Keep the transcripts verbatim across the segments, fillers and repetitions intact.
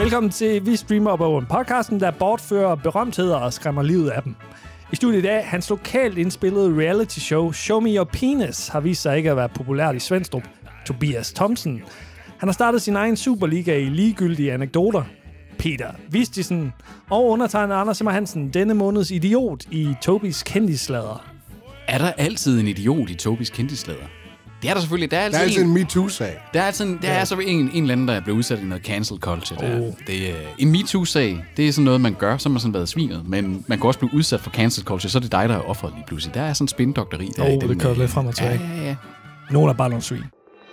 Velkommen til Vi Streamer på en podcasten, der bortfører berømtheder og skræmmer livet af dem. I studiet i dag, hans lokalt indspillede reality show Show Me Your Penis har vist sig ikke at være populært i Svenstrup. Tobias Thomsen. Han har startet sin egen Superliga i ligegyldige anekdoter. Peter Vistisen og undertegnet Anders Simmer Hansen, denne måneds idiot i Tobis kendisslader. Er der altid en idiot i Tobis kendisslader? Det er der selvfølgelig. Der er altid, der er altid en, en MeToo-sag. Der er, altid en, der ja. er så en, en eller anden, der er blevet udsat i noget cancel culture. Der. Oh. Det er, en MeToo-sag, det er sådan noget, man gør, så har man sådan været svinet. Men man kan også blive udsat for cancel culture, så er det dig, der er offeret lige pludselig. Der er sådan en spindokteri. Åh, oh, det kører lidt frem og tilbage. Ja, ja, ja. Nogle er bare nogle svin.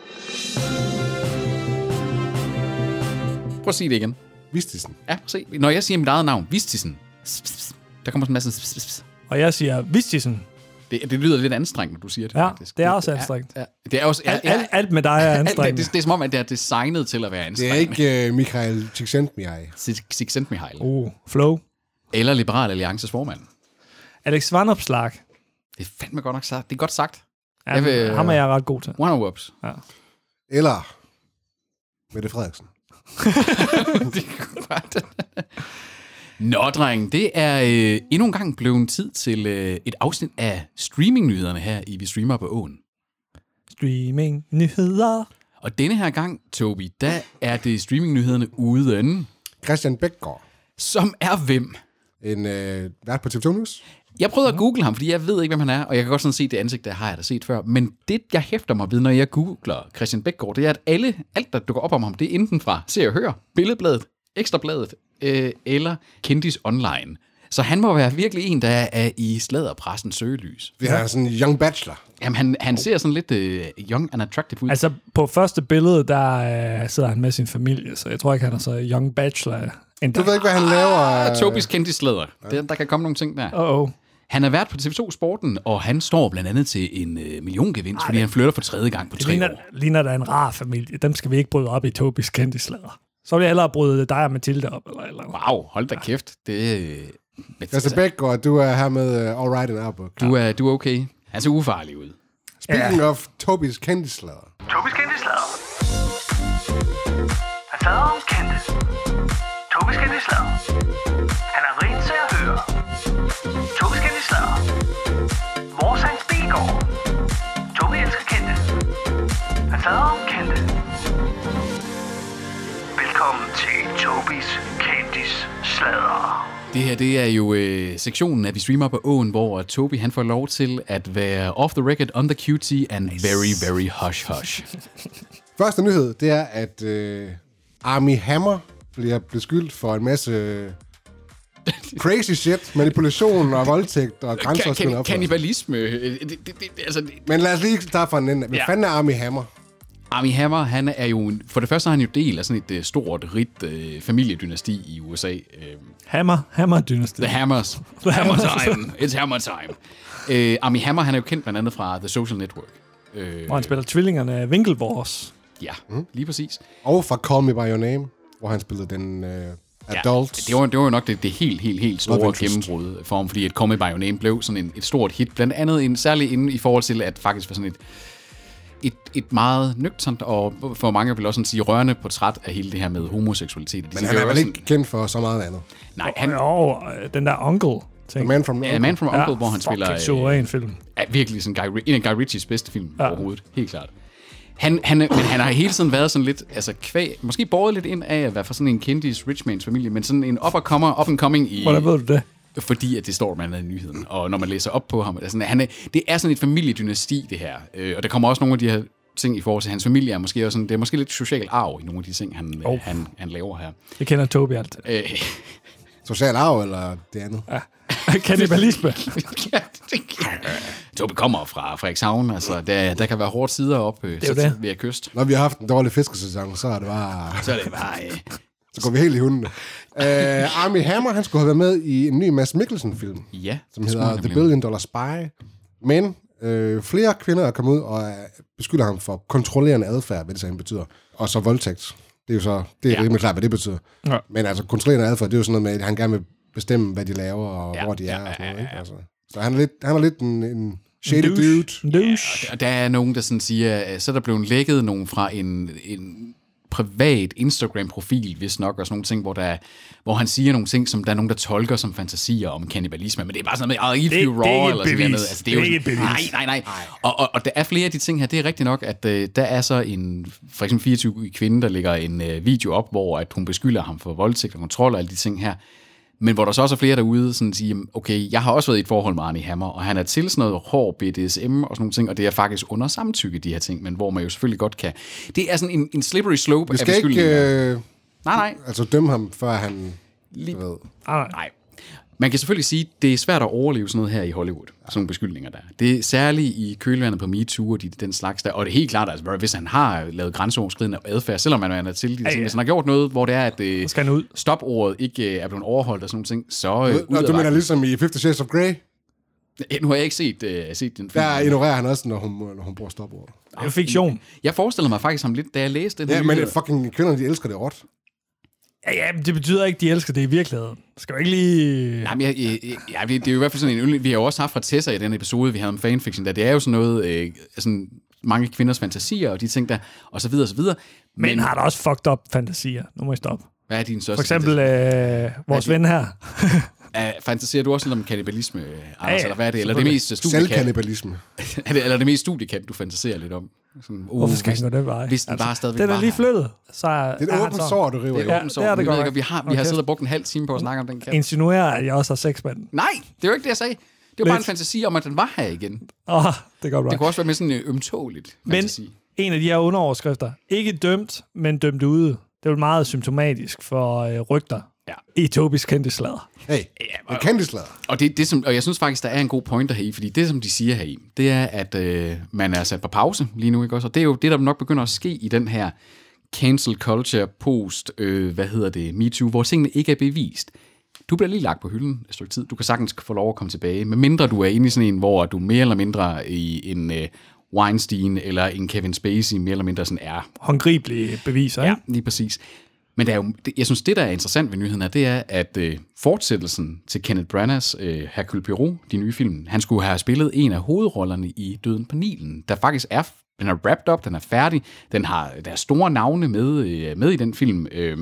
Prøv at sige det igen. Vistisen. Ja, prøv at se. Når jeg siger mit eget navn, Vistisen, der kommer sådan en masse... Og jeg siger Vistisen. Det, det lyder lidt anstrengt, når du siger det, ja, faktisk. det er også anstrengt. Ja, ja. Det er også, ja, alt, alt, alt med dig er anstrengt. Det, det, det er som om, at det er designet til at være anstrengt. Det er ikke uh, Michael Csikszentmihalyi. Csikszentmihalyi. Oh, Flow. Eller Liberal Alliances formand. Alex Vanopslagh. Det er fandme godt nok sagt. Det er godt sagt. Ja, jeg vil, ham er jeg ret god til. One-on-whoops. Ja. Eller Mette Frederiksen. Det kunne godt. Nå, dreng, det er øh, endnu en gang blevet tid til øh, et afsnit af streamingnyhederne her i Vi Streamer på Åen. Streamingnyheder. Og denne her gang, Tobi, der er det streamingnyhederne uden... Christian Bækgaard. Som er hvem? En øh, vært på T V to News. Jeg prøvede at google ham, fordi jeg ved ikke, hvem han er, og jeg kan godt sådan se det ansigt, der har jeg da set før. Men det, jeg hæfter mig ved, når jeg googler Christian Bækgaard, det er, at alle, alt, der dukker op om ham, det er enten fra Se og Hør, Billedbladet, Ekstrabladet, øh, eller Kendis Online. Så han må være virkelig en, der er i sladderpressens søgelys. Vi har sådan en young bachelor. Jamen, han, han ser sådan lidt uh, young and attractive ud. Altså, på første billede, der uh, sidder han med sin familie, så jeg tror ikke, han er så young bachelor. Du ved ikke, hvad han laver? Uh... Tobis Kendis sladder. Ja. Der kan komme nogle ting der. Uh-oh. Han er vært på T V to Sporten, og han står blandt andet til en øh, milliongevinst, fordi han flytter for tredje gang på tre ligner, år. Ligner der en rar familie. Dem skal vi ikke bryde op i Tobis kendislader. Så vil jeg hellere bryde dig og Mathilde op. Eller, eller. Wow, hold da kæft. Det øh, Christian Bækgaard, du er her med uh, All Right in Our Book. Du er, du er okay. Han ser ufarlig ud. Speaking ja. of Tobis kendislader. Tobis kendislader. Han slader om kendte. Tobis kendislader. Han er rigt til at høre. Tobis kendislader. Vores Hans Bækgaard. Tobi elsker kendte. Han slader om kendte. Velkommen til Tobis kendisslader. Det her, det er jo øh, sektionen af Vi Streamer på Åen, hvor Tobi han får lov til at være off the record, on the Q T and nice. very, very hush hush. Første nyhed, det er, at øh, Armie Hammer bliver beskyldt for en masse crazy shit, manipulation og voldtægt og grænseoverskridende opførsel. Kannibalisme. Det, det, det, altså, det. Men lad os lige starte fra en ende. Hvad ja. fanden er Armie Hammer? Armie Hammer, han er jo, for det første er han jo del af sådan et uh, stort, rigt uh, familiedynasti i U S A. Uh, Hammer, Hammer-dynasti. The Hammers. The Hammer time. It's Hammer time. Uh, Armie Hammer, han er jo kendt blandt andet fra The Social Network. Uh, hvor han spiller tvillingerne Winklevoss. Ja, mm. lige præcis. Og fra Call Me By Your Name, hvor han spillede den... Uh Adult. Ja, det, var, det var jo nok det, det helt, helt, helt store gennembrud for ham, fordi et Call Me By Your Name blev sådan en, et stort hit, blandt andet en, særligt inden, i forhold til, at faktisk var sådan et, et, et meget nøgternt, og for mange vil også sådan sige rørende portræt af hele det her med homoseksualitet. Men han er vel ikke kendt for så meget andet? Nej, han... Jo, den der Uncle. A Man From Uncle. Ja, Man From Uncle, ja, hvor han spiller... Fucking film. Ja, virkelig sådan Guy, en af Guy Ritchies bedste film ja. overhovedet, helt klart. Han, han, men han har hele tiden været sådan lidt, altså kvæg, måske båret lidt ind af at være fra sådan en kendis Richmans familie, men sådan en up-and-comer, up-and-coming i... Hvordan ved du det? Fordi at det står man i nyheden, og når man læser op på ham, altså, han er, det er sådan et familiedynasti, det her. Øh, og der kommer også nogle af de her ting i forhold til hans familie, er måske også sådan, det er måske lidt social arv i nogle af de ting, han, oh. han, han laver her. Det kender Tobi alt. Øh. Social arv, eller det andet? Ja. Kannibalisme. Tobi kommer fra Frederikshavn, altså der, der kan være hårde sider op øh, så det. ved at kyst. Når vi har haft en dårlig fiskesæson, så er det bare... Så er det bare... Øh. Så går vi helt i hundene. uh, Armie Hammer, han skulle have været med i en ny Mads Mikkelsen-film, ja, som hedder The Billion Dollar Spy. Men øh, flere kvinder er kommet ud og beskylder ham for kontrollerende adfærd, hvad det så betyder. Og så voldtægt. Det er jo så, det er ja. rimelig klart, hvad det betyder. Ja. Men altså, kontrollerende adfærd, det er jo sådan noget med, at han gerne vil bestemme, hvad de laver, og ja. hvor de er, ja, og sådan noget, ikke? Altså, så han er lidt, han er lidt en, en shady dude. Ja, og der er nogen, der sådan siger, så er der blevet lækket nogen fra en, en privat Instagram-profil, hvis nok, og sådan nogle ting, hvor, der, hvor han siger nogle ting, som der er nogen, der tolker som fantasier om kannibalisme, men det er bare sådan noget med, oh, if det, you raw, det er eller sådan noget. Altså, det er jo ikke et bevis. Nej, nej, nej. Og, og, og der er flere af de ting her, det er rigtigt nok, at øh, der er så en, for eksempel fireogtyve kvinde, der lægger en øh, video op, hvor at hun beskylder ham for voldtægt og kontrol og alle de ting her, men hvor der så også er flere derude, sådan siger, okay, jeg har også været i et forhold med Armie Hammer, og han er til sådan noget hård B D S M og sådan nogle ting, og det er faktisk under samtykke, de her ting, men hvor man jo selvfølgelig godt kan. Det er sådan en, en slippery slope af beskyldninger. Vi skal ikke øh, nej, nej. altså dømme ham, før han... Lige, ved. Nej, nej. Man kan selvfølgelig sige, at det er svært at overleve sådan noget her i Hollywood. Sådan nogle beskyldninger der. Det er særligt i kølvandet på MeToo og de, den slags der. Og det er helt klart, altså, hvis han har lavet grænseoverskridende adfærd, selvom man er til de ting, ja, ja. Hvis han har gjort noget, hvor det er, at øh, stopordet ikke er blevet overholdt og sådan nogle ting, så øh, ud af du mener ligesom i Fifty Shades of Grey? Nu har jeg ikke set, øh, set den film. Der ignorerer han også, når hun, når hun bruger stopordet. Det er fiktion. Jeg forestiller mig faktisk ham lidt, da jeg læste den. Ja, men fucking kvinderne, de elsker det råt. Ja, ja, men det betyder ikke, at de elsker det i virkeligheden. Skal vi ikke lige... Nej, men jeg, jeg, jeg, det er jo i hvert fald sådan en yndling. Vi har jo også haft fra Tessa i den episode, vi havde om fanfiction, der det er jo sådan noget, øh, sådan mange kvinders fantasier og de ting der, og så videre og så videre. Men, men har der også fucked up fantasier? Nu må jeg stoppe. Hvad er din største For eksempel øh, vores ven her. Uh, fantaserer du også lidt om kannibalisme, Anders, ja, ja, eller hvad er det? Eller det mest studiekant? Selvkannibalisme. er det, eller det mest studiekant, du fantaserer lidt om? Sådan, uh, Hvorfor skal han gå den vej? Hvis den altså, bare stadigvæk den er lige flyttet. Så er, det er et åbent sår, du river i. Det er et åbent sår. Ja, det er det godt. Vi har, vi okay. har siddet og brugt en halv time på at snakke om den kat. Insinuerer, at jeg også har sex med den. Nej, det er jo ikke det, jeg sagde. Det var bare en fantasi om, at den var her igen. Åh, oh, det går bra. Det kunne også være med sådan en ømtåligt fantasi. Men en af de her underoverskrifter, ikke dømt, men dømt ude. Det er jo meget symptomatisk for øh, rygter. Ja. I Tobis kendisladder. Hey, ja, kendisladder. Og, det, det, som, og jeg synes faktisk, der er en god pointer her i, fordi det, som de siger her i, det er, at øh, man er sat på pause lige nu, ikke også? Og det er jo det, der nok begynder at ske i den her cancel culture post, øh, hvad hedder det, MeToo, hvor tingene ikke er bevist. Du bliver lige lagt på hylden et stykke tid. Du kan sagtens få lov at komme tilbage, medmindre du er inde i sådan en, hvor du mere eller mindre i en øh, Weinstein eller en Kevin Spacey mere eller mindre sådan er. Håndgribelige beviser, ikke? Ja, lige præcis. Men der er jo, jeg synes, det, der er interessant ved nyheden her, det er, at øh, fortsættelsen til Kenneth Branaghs øh, Hercule Poirot, de nye film, han skulle have spillet en af hovedrollerne i Døden på Nilen, der faktisk er, den er wrapped up, den er færdig, den har, der er store navne med, øh, med i den film, øh,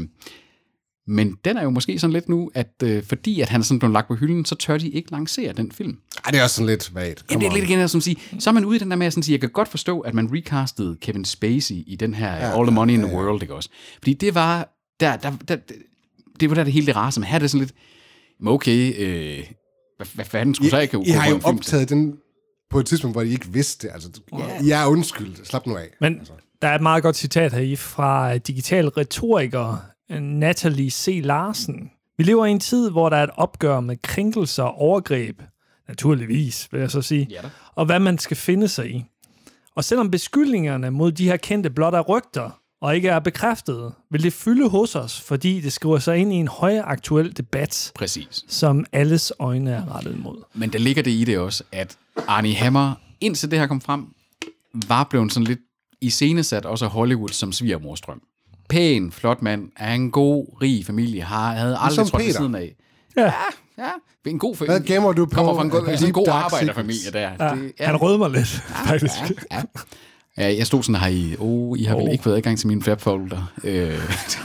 men den er jo måske sådan lidt nu, at øh, fordi at han er sådan blevet lagt på hylden, så tør de ikke lancere den film. Ej, det er også sådan lidt vagt. Ja, det er lidt igen, som sige, så er man ude i den der med at sige, jeg kan godt forstå, at man recastede Kevin Spacey i den her ja, All the Money in the ja, ja. World, ikke også? Fordi det var Der, der, der, det var der det hele det rare, som her er det sådan lidt, okay, øh, hvad, hvad fanden skulle I, så ikke kunne I har jo optaget den på et tidspunkt, hvor I ikke vidste det. Altså, yeah. Jeg er undskyld. Slap nu af. Men altså. Der er et meget godt citat her fra digital retoriker Natalie C. Larsen. Vi lever i en tid, hvor der er et opgør med krænkelser og overgreb, naturligvis, vil jeg så sige, ja, og hvad man skal finde sig i. Og selvom beskyldningerne mod de her kendte blot er rygter, og ikke er bekræftet, vil det fylde hos os, fordi det skriver sig ind i en højaktuel debat, præcis, som alles øjne er rettet mod. Men der ligger det i det også, at Armie Hammer, indtil det her kom frem, var blevet sådan lidt iscenesat også af Hollywood som svigermorstrøm. Pæn, flot mand, er en god, rig familie, har, havde aldrig trådt ved siden af. Ja. ja, ja. En god familie. Hvad gemmer du på? Kommer fra en god, en god arbejderfamilie der. Ja, det, ja. Han rødmer lidt, ja, faktisk. Ja, ja. Ja, jeg stod sådan her i, oh, I har oh. vel ikke fået adgang til mine flapfolder. Øh,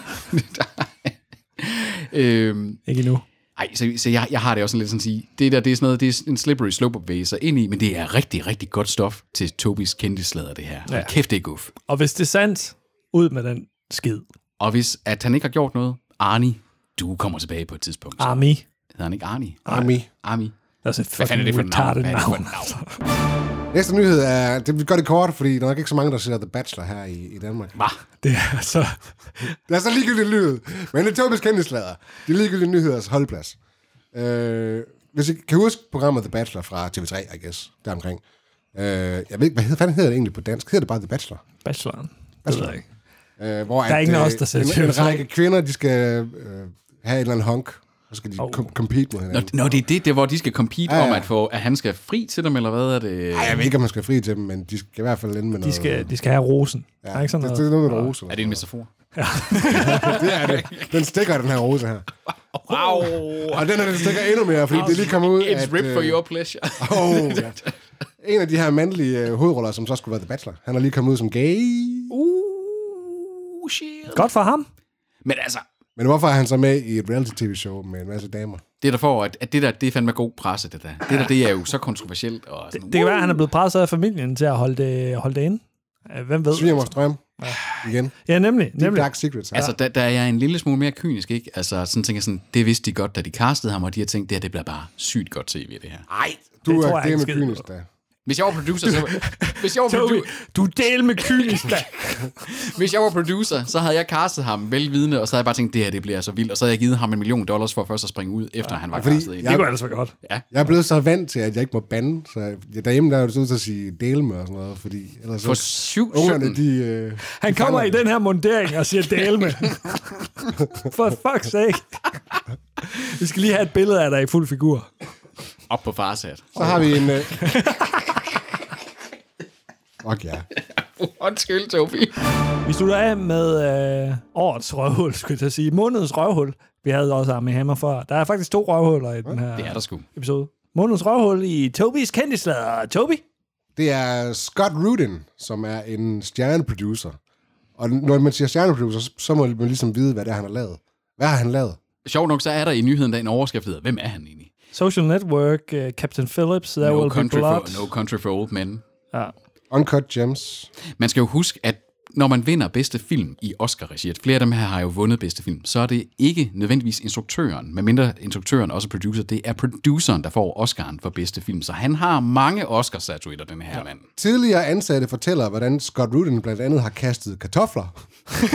øhm, ikke endnu. Ej, så, så jeg, jeg har det også lidt sådan at sige, det der, det er sådan noget, det er en slippery slope at bevæge sig ind i, men det er rigtig, rigtig godt stof til Tobis kendisladder, det her. Ja. Og kæft, det er guf. Og hvis det er sandt, ud med den skid. Og hvis at han ikke har gjort noget, Arnie, du kommer tilbage på et tidspunkt. Så. Armie. Hedder han ikke Arnie? Armie. Armie. Altså, hvad fanden er det for navn? Hvad er det for navn? Næste nyhed er, det gør det kort, fordi der er ikke så mange, der ser The Bachelor her i, i Danmark. Hva? Det er så... det er så ligegyldigt nyhed. Men det er Tobis kendisladder. Det er ligegyldigt nyheders holdplads. Øh, hvis I kan huske programmet The Bachelor fra T V tre, I guess, deromkring. Øh, jeg ved ikke, hvad hedder, hvad hedder det egentlig på dansk? Hedder det bare The Bachelor? Bacheloren. Bachelor. Det ved jeg ikke. Øh, hvor der er at, ingen af os, der ser en, en række kvinder, de skal øh, have et eller andet honk. Så skal de oh. com- compete mod hinanden. Nå, nå, det er det, det er, hvor de skal compete ja, ja. om, at, få, at han skal fri til dem, eller hvad er det? Ej, jeg ved ikke, om man skal fri til dem, men de skal i hvert fald ende med de noget. Skal, de skal have rosen. Ja, er ikke sådan det, noget? det er noget med rosen. Er det en metafor? Ja. det er det. Den stikker, den her rose her. Wow. Og den, er, den stikker endnu mere, fordi det lige kommer ud, It's at... ripped for your pleasure. oh, ja. En af de her mandlige uh, hovedroller, som så skulle være The Bachelor, han er lige kommet ud som gay. Uh, Oh, shit. Godt for ham. Men altså, Men hvorfor er han så med i et reality-tv-show med en masse damer? det der får, at, at det der, det er fandme god presse, det der. Det der, det er jo så kontroversielt. Og sådan, Det kan være, at han er blevet presset af familien til at holde det, holde det inde. Hvem ved? Svigermors drøm. Igen. Ja, nemlig. Deep nemlig. Dark Secrets. Ja. Altså, der, der er jeg en lille smule mere kynisk, ikke? Altså, sådan tænker jeg sådan, det vidste de godt, da de castede ham, og de har tænkt, det her, det bliver bare sygt godt tv, det her. Ej, du Det er tror jeg det ikke med skid kynisk, på. da. Hvis jeg var producer, så... hvis, jeg var Toby, produ- du er del med kynisk, da. hvis jeg var producer, så havde jeg castet ham velvidende, og så havde jeg bare tænkt, det her, det bliver så vildt, og så havde jeg givet ham en million dollars for først at springe ud, efter ja, han var fordi castet ind. Det kunne ellers være godt. Ja. Jeg er blevet så vant til, at jeg ikke må bande, så jeg, derhjemme der er jo så til at sige dele med og sådan noget, fordi ellers For så syv ungerne, sytten. de... Øh, Han de kommer fanger i den her mundering og siger del med. For fuck's sake. Vi skal lige have et billede af dig i fuld figur. Op på farsat. Så har vi en... Øh... Fuck ja. Undskyld, Tobi. Vi slutter af med øh, årets røvhul, skulle jeg til at sige. Månedens røvhul. Vi havde også Armie Hammer før. Der er faktisk to røvhuller i den her Det er der sgu. episode. Månedens røvhul i Tobis kendislader. Toby? Det er Scott Rudin, som er en stjerneproducer. Og når man siger stjerneproducer, så må man ligesom vide, hvad det er, han har lavet. Hvad har han lavet? Sjovt nok, så er der i nyheden der en overskrift, der hedder, hvem er han egentlig? Social Network, uh, Captain Phillips, There No Will Be country, Blood. for, no country for Old Men. Ja. Uncut Gems. Man skal jo huske, at når man vinder bedste film i Oscar-regiet, flere af dem her har jo vundet bedste film, så er det ikke nødvendigvis instruktøren, medmindre instruktøren også er producer, det er produceren, der får Oscaren for bedste film. Så han har mange Oscar-statuetter, den her ja. mand. Tidligere ansatte fortæller, hvordan Scott Rudin blandt andet har kastet kartofler,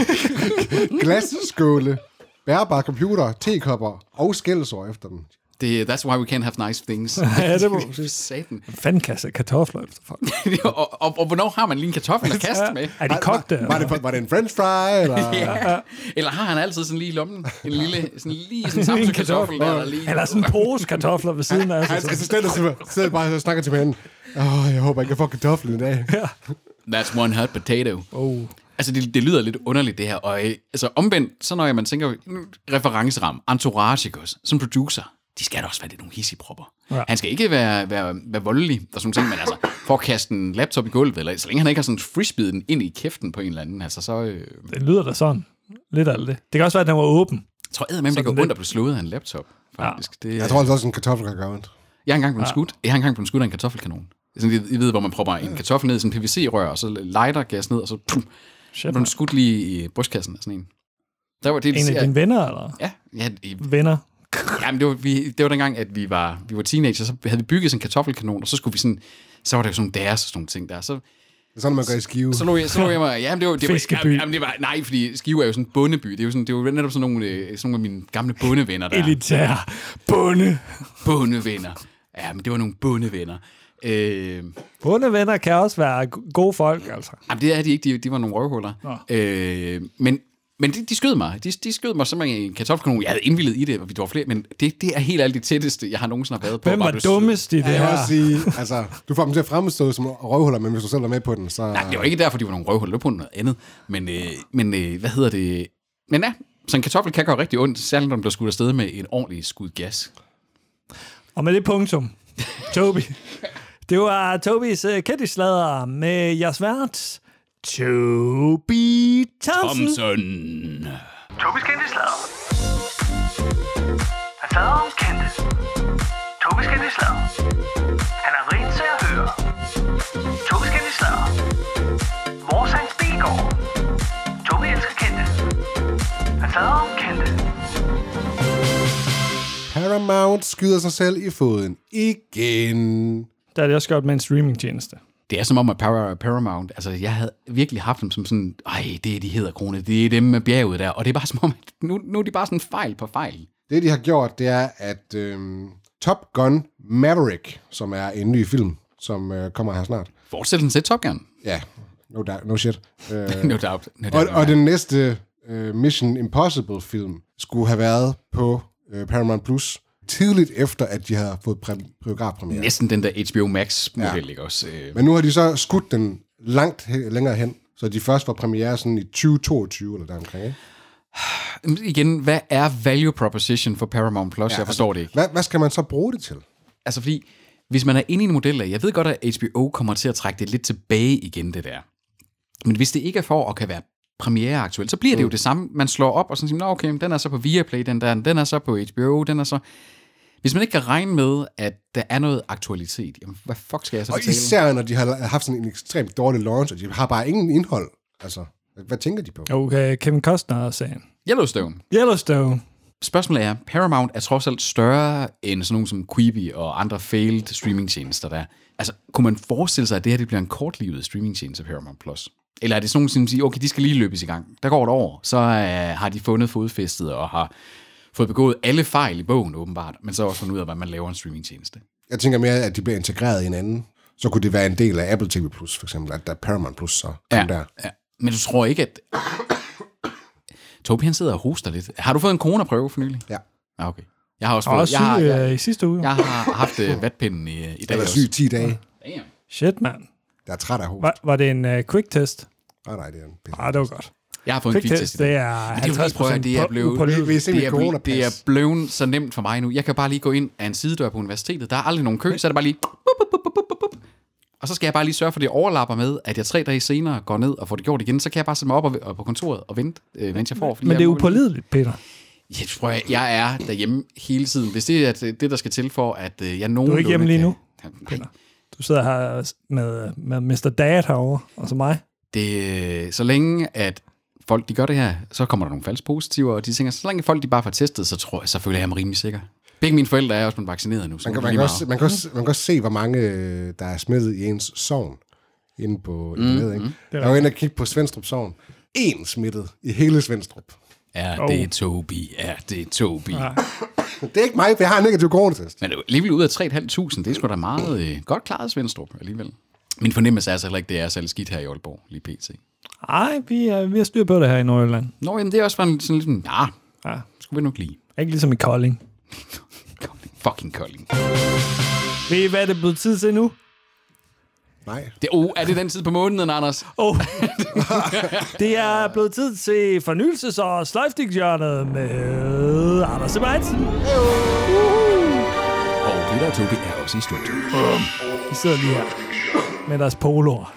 glasskåle, bærbare computer, tekopper og skældsår efter dem. Det, that's why we can't have nice things. Ja, det må man sige. Satan. Fanden kaster kartofler efter folk. og, og, og hvornår har man lige en kartoffel at kaste med? Er de kogte? Var det, var det en french fry? Eller? Ja. Eller har han altid sådan lige i lommen? En lille, sådan lige sådan samtidig kartoffel, der, der lige... Eller sådan en pose kartofler ved siden af. Hans assistent sidder bare og snakker til hinanden. Åh, oh, jeg håber, jeg kan få kartoflen i dag. That's one hot potato. Oh. Altså, det, det lyder lidt underligt, det her. Og øh, altså, omvendt, så når man tænker, referenceram, entourage også, som producer, de skal da også være lidt nogle hissipropper. Ja. Han skal ikke være, være, være voldelig, og sådan ting, men altså, for at kaste en laptop i gulvet, eller så længe han ikke har sådan frisbeet den ind i kæften på en eller anden, altså så... Øh... Det lyder da sådan. Lidt af det. Det kan også være, at den var åben. Jeg tror eddermame, det går lidt... ondt at blive slået af en laptop, faktisk. Ja. Det, jeg tror altså også, en kartoffel kan gøre ondt. Jeg har engang blevet ja. skudt. Jeg har engang blevet skudt af en kartoffelkanon. Sådan, I, I ved, hvor man propper en kartoffel ned i sådan en P V C-rør, og så lighter gas ned, og så pum, Shit, blev skudt lige i brystkassen af sådan en. Der var det, en af dine venner, eller? Ja. ja i, venner? Jamen, det var, vi, det var dengang, at vi var, vi var teenager, så havde vi bygget sådan en kartoffelkanon, og så skulle vi sådan, så var der jo sådan deres og sådan nogle ting der. Så, det er sådan, man gør i Skive. Så lå jeg, så lå jeg mig, jamen det var, det Fiskeby. var, jamen, det var, nej, fordi Skive er jo sådan en bondeby. Det er jo sådan, det var netop sådan nogle, sådan nogle af mine gamle bondevenner der. Elitær bonde. Bondevenner. Ja, men det var nogle bondevenner. Øh, Bondevenner kan også være gode folk, altså. Jamen, det er de ikke. De, de var nogle røvhuller. Øh, men men de, de skød mig. De, de skød mig simpelthen i en kartoffelkanon. Jeg havde indvildet i det, og vi var flere, men det, det er helt alt det tætteste, jeg har nogensinde været på. Hvem var dummest i det her? Jeg vil også sige, altså, du får dem til at fremstå som røvhuller, men hvis du selv er med på den, så... Nej, det var ikke derfor, de var nogle røvhuller. Det var på noget andet. Men, øh, men øh, hvad hedder det? Men ja, så en kartoffel kan gøre rigtig ondt, særligt når den bliver skudt afsted med en ordentlig skud gas. Og med det punktum, Toby. Det var Tobis uh, kendislader med jeres vært, Toby Thompson. Thompson. Tobis kendislader. Han fader om kendte. Tobis kendislader. Han er rent til at høre. Tobis kendislader. Vores Hans Bilgaard. Tobi elsker kendte. Han fader om kendte. Paramount skyder sig selv i foden. Igen. Der er det også gjort med en streamingtjeneste. Det er som om, at Paramount, altså jeg havde virkelig haft dem som sådan, ej, det er de hedder krone, det er dem med bjerget der, og det er bare som om, at nu, nu er de bare sådan fejl på fejl. Det, de har gjort, det er, at øhm, Top Gun Maverick, som er en ny film, som øh, kommer her snart. Fortsættelsen til Top Gun. Ja, no, doubt, no shit. Øh, no doubt. No doubt. Og, og den næste øh, Mission Impossible-film skulle have været på øh, Paramount Plus, tidligt efter, at de har fået præ- biografpremiere. Næsten den der H B O Max-model, ja. Ikke også? Men nu har de så skudt den langt he- længere hen, så de først var premiere sådan i tyve toogtyve eller deromkring, ikke? Igen, hvad er value proposition for Paramount Plus? Ja, jeg forstår altså, det ikke. Hvad, hvad skal man så bruge det til? Altså fordi, hvis man er inde i en model af, jeg ved godt, at H B O kommer til at trække det lidt tilbage igen, det der. Men hvis det ikke er for at kan være premiere aktuelt, så bliver det mm. jo det samme. Man slår op, og så siger, okay, den er så på Viaplay, den der, den er så på H B O, den er så... Hvis man ikke kan regne med, at der er noget aktualitet, jamen, hvad fuck skal jeg så fortælle? Og især, når de har haft sådan en ekstremt dårlig launch, og de har bare ingen indhold. Altså, hvad tænker de på? Okay, Kevin Costner-sagen. Yellowstone. Yellowstone. Spørgsmålet er, Paramount er trods alt større end sådan nogle som Quibi og andre failed streamingtjenester der. Altså, kunne man forestille sig, at det her det bliver en kortlivet streamingtjeneste Paramount Plus? Eller er det sådan nogle, som siger, okay, de skal lige løbes i gang. Der går et år, så øh, har de fundet fodfæstet og har fået begået alle fejl i bogen, åbenbart, men så også fundet ud af, hvordan man laver en streamingtjeneste. Jeg tænker mere, at de bliver integreret i hinanden. Så kunne det være en del af Apple T V Plus, for eksempel, at der er Paramount Plus, så ja, der. Ja. Men du tror ikke, at... Tobi, han sidder og hoster lidt. Har du fået en coronaprøve for nylig? Ja. Ja, okay. Jeg har også fået... fået... Også jeg har, syg jeg, i sidste uge. Jeg har haft uh, vatpinden i, i dag. Jeg var syg ti dage. Damn. Shit, mand. Jeg er træt af host. Var, var det en uh, quick test? Nej, nej, det er en... Ah, det var godt. Jeg har fået en quick test i dag. Det er halvtreds procent det er blevet, det, det, er, det er blevet så nemt for mig nu. Jeg kan bare lige gå ind af en sidedør på universitetet. Der er aldrig nogen kø, så er det bare lige... Og så skal jeg bare lige sørge for, at det overlapper med, at jeg tre dage senere går ned og får det gjort igen. Så kan jeg bare sætte mig op og, og på kontoret og vente, øh, mens jeg får. Men det er upålideligt, Peter. Ja, tror jeg, jeg er derhjemme hele tiden. Hvis det er det, der skal til for, at øh, jeg nogenlunde... Du er ikke hjemme lige nu, kan... Peter. Du sidder her med, med mister Dad herovre, og så mig. Det, så længe at folk de gør det her, så kommer der nogle falske positiver, og de tænker, så længe folk de bare får testet, så tror jeg, så føler jeg mig rimelig sikker. Begge mine forældre er også blevet vaccineret nu. Så man, kan, man, kan også, man, kan også, man kan også se, hvor mange der er smittet i ens sogn inde på mm, internet. Ikke? Mm. Jeg var inde og kigge på Svenstrup sogn. En smittet i hele Svenstrup. Ja, det er Tobi. Ja, det er Tobi. Ja. Det er ikke mig, for jeg har en negativ coronatest. Men det er alligevel ud af tre tusind fem hundrede. Det er sgu da meget øh, godt klaret Svenstrup alligevel. Min fornemmelse er så heller ikke, det er særlig skidt her i Aalborg, lige pt. Nej, vi er, vi har styr på det her i Nordjylland. Nå, jamen, det er også sådan, sådan lidt, ja, ja, skulle vi nok lide. Ikke ligesom i Kolding. Kolding. Fucking Kolding. Ved I, hvad det er blevet tid til nu? Nej. Det, oh, er det den tid på måneden, Anders? Oh. Det er blevet tid til fornyelses- og sløjfningshjørnet med Anders Sebastian. Og Peter og Tobi er også i studiet. De sidder lige her med deres poloer.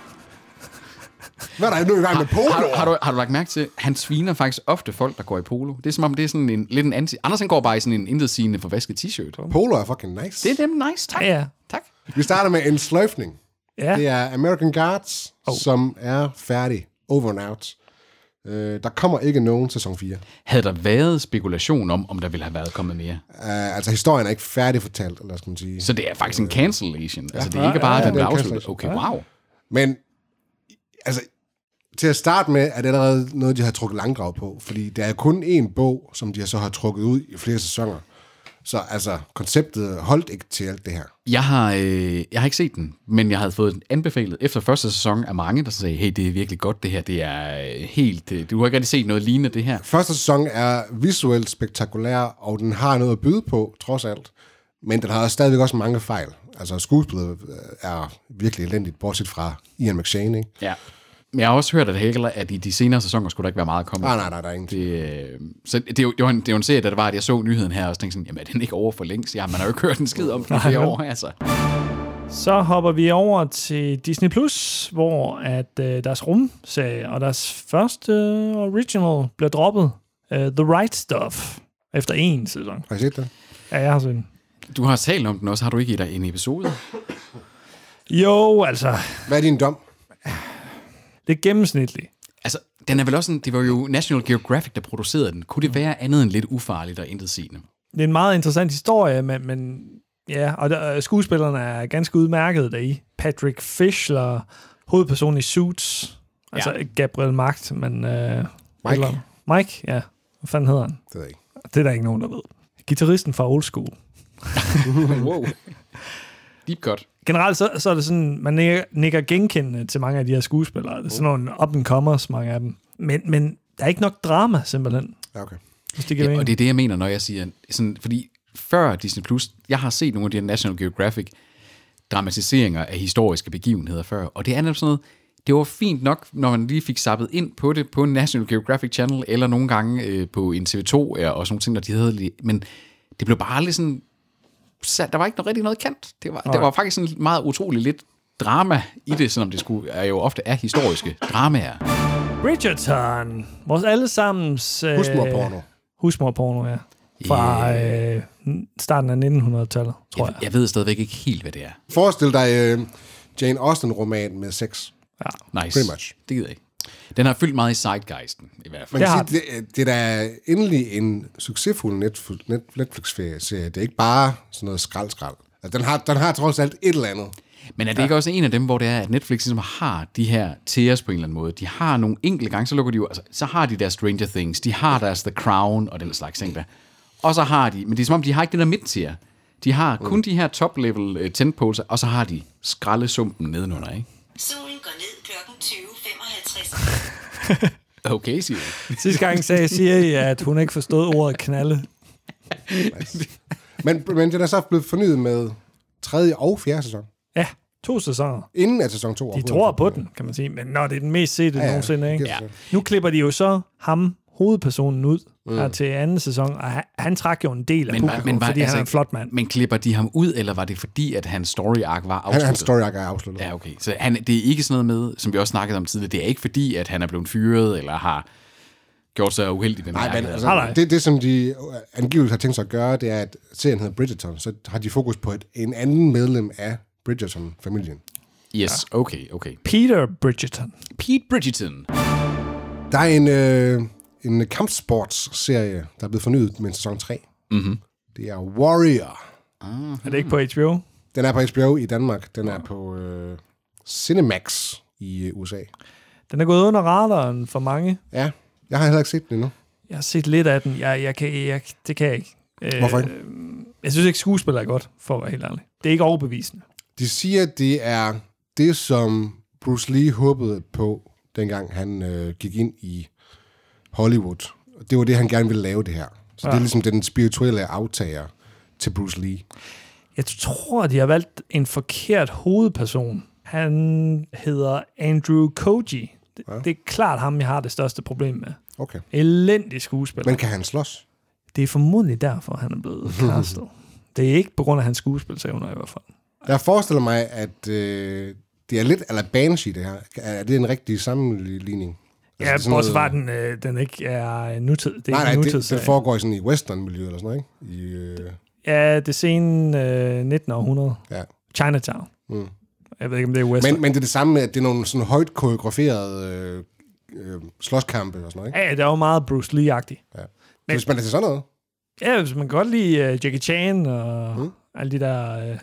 Hvad er der nu i gang med polo? Har, har, har, du, har du lagt mærke til, han sviner faktisk ofte folk, der går i polo. Det er som om, det er sådan en lidt en anti... Anders han går bare i sådan en intetsigende forvasket t-shirt. Polo er fucking nice. Det er dem nice, tak. Ja, ja. Tak. Vi starter med en sløjfning. Ja. Det er American Guards, oh. som er færdig. Over and out. Uh, der kommer ikke nogen sæson fire. Havde der været spekulation om, om der ville have været kommet mere? Uh, altså, historien er ikke færdig fortalt, eller skal man sige. Så det er faktisk en cancellation? Ja. Altså, det er ja, ikke bare, ja, at den ja, bliver afsluttet? Okay, wow. Men, altså, til at starte med, er det allerede noget, de har trukket langdrag på. Fordi der er kun én bog, som de så har trukket ud i flere sæsoner. Så altså, konceptet holdt ikke til alt det her. Jeg har, øh, jeg har ikke set den, men jeg havde fået den anbefalet efter første sæson af mange, der sagde, hey, det er virkelig godt det her, det er helt, øh, du har ikke rigtig set noget lignende det her. Første sæson er visuelt spektakulær, og den har noget at byde på, trods alt. Men den har stadigvæk også mange fejl. Altså, skuespillet er virkelig elendigt, bortset fra Ian McShane, ikke? Ja. Men jeg har også hørt, at Hækler, at i de senere sæsoner skulle der ikke være meget kommet. Nej, nej, nej, der er ingenting. Det, så det, det, var en, det var en serie, der var, at jeg så nyheden her, og så tænkte sådan, jamen er den ikke over for længst? Ja, man har jo ikke hørt en skid om den i flere år, altså. Så hopper vi over til Disney Plus, hvor at øh, deres rumserie og deres første øh, original bliver droppet. Uh, The Right Stuff. Efter en sæson. Har I set det? Ja, jeg har set den. Du har talt om den også, har du ikke i dig en episode? Jo, altså... Hvad er din dom? Det er gennemsnitligt. Altså, den er vel også sådan, det var jo National Geographic, der producerede den. Kunne det være andet end lidt ufarligt og intetsigende? Det er en meget interessant historie, men, men ja, og der, skuespillerne er ganske udmærket deri. Patrick Fischler, hovedpersonen i Suits, altså ja. Gabriel Macht, men... Øh, Mike. Eller, Mike, ja. Hvad fanden hedder han? Det ved jeg ikke. Det er der ikke nogen, der ved. Gitarristen fra Old School. Wow. Deep cut. Generelt så, så er det sådan, man nikker, nikker genkendende til mange af de her skuespillere. Det er sådan nogle up-and-comers, mange af dem. Men, men der er ikke nok drama, simpelthen. Ja, okay. Hvis det ja, og det er det, jeg mener, når jeg siger... Sådan, fordi før Disney Plus, jeg har set nogle af de her National Geographic dramatiseringer af historiske begivenheder før, og det er sådan noget, det var fint nok, når man lige fik zappet ind på det på en National Geographic Channel, eller nogle gange øh, på en T V to, ja, og sådan nogle ting, der de havde lige. Men det blev bare lidt sådan... Der var ikke noget, rigtig noget kant. Det var, det var faktisk sådan meget utroligt lidt drama i det, selvom det skulle, er jo ofte er historiske dramaer. Bridgerton. Vores allesammens... Øh, Husmorporno. Husmorporno, ja. Fra øh, starten af nitten hundrede-tallet, tror jeg. Jeg, jeg ved stadigvæk ikke helt, hvad det er. Forestil dig uh, Jane Austen-roman med sex. Ja. Nice. Pretty much. Det gider jeg ikke. Den har fyldt meget i zeitgeisten, i hvert fald. Man kan Det sige, det, det er da endelig en succesfuld Netflix-serie. Det er ikke bare sådan noget skrald-skrald. Altså, den, har, den har trods alt et eller andet. Men er det ja. ikke også en af dem, hvor det er, at Netflix ligesom har de her tiers på en eller anden måde? De har nogle enkelte gange, så lukker de jo, altså, så har de deres Stranger Things, de har deres The Crown og den slags ting der. Og så har de, men det er som om, de har ikke det der midt-tier. De har kun mm. de her top-level uh, tentpoles, og så har de skraldesumpen nedenunder, ikke? Solen går ned klokken tyve femoghalvtreds. Okay, siger du. Sidste gang sagde Siri, at hun ikke forstod ordet knalde. men, men den er så blevet fornyet med tredje og fjerde sæson. Ja, to sæsoner. Inden at sæson to. De tror på den, kan man sige. Men når det er den mest sete ja, ja, nogensinde, ikke? Ja. Nu klipper de jo så ham, hovedpersonen, ud mm. her til anden sæson, og han, han trak jo en del af Men, publikum, men var, fordi altså, han er en flot mand. Men klipper de ham ud, eller var det fordi, at hans story arc var afsluttet? Han, hans story arc er afsluttet. Ja, okay. Så han, det er ikke sådan noget med, som vi også snakkede om tidligere, det er ikke fordi, at han er blevet fyret, eller har gjort sig uheldig med Nej, men altså, nej, nej. Det, det, som de angiveligt har tænkt sig at gøre, det er, at serien hedder Bridgerton, så har de fokus på et, en anden medlem af Bridgerton-familien. Yes, okay, okay. Peter Bridgerton. Pete Bridgerton. Der er en, øh, en kampsportsserie, der er blevet fornyet med sæson tre. Mm-hmm. Det er Warrior. Uh-huh. Er det ikke på H B O? Den er på H B O i Danmark. Den er på øh, Cinemax i øh, U S A. Den er gået under radaren for mange. Ja, jeg har heller ikke set den endnu. Jeg har set lidt af den. Jeg, jeg kan, jeg, det kan jeg ikke. Hvorfor ikke? Øh, jeg synes ikke, skuespiller er godt, for at være helt ærlig. Det er ikke overbevisende. De siger, at det er det, som Bruce Lee håbede på, dengang han øh, gik ind i Hollywood. Det var det, han gerne ville lave det her. Så ja. Det er ligesom den spirituelle aftager til Bruce Lee. Jeg tror, de har valgt en forkert hovedperson. Han hedder Andrew Koji. Det, ja. det er klart ham, jeg har det største problem med. Okay. Elendig skuespiller. Men kan han slås? Det er formodentlig derfor, han er blevet castet. Det er ikke på grund af hans skuespilsevner i hvert fald. Jeg forestiller mig, at øh, det er lidt eller Banshee, det her. Er det en rigtig sammenligning? Ja, altså, bortset fra, den, øh, den ikke er nutid. Det er nej, ikke nej, det, det foregår i sådan i western-miljø eller sådan noget, ikke? I, øh... Ja, det sene øh, nittende århundrede. Ja. Chinatown. Mm. Jeg ved ikke, om det er western. Men, men det er det samme med, at det er nogle sådan højt koreograferede øh, øh, slåskampe og sådan noget, ikke? Ja, det er jo meget Bruce Lee-agtigt. Ja. Men, hvis man er til sådan noget? Ja, hvis man kan godt lide uh, Jackie Chan og mm. alle de der uh,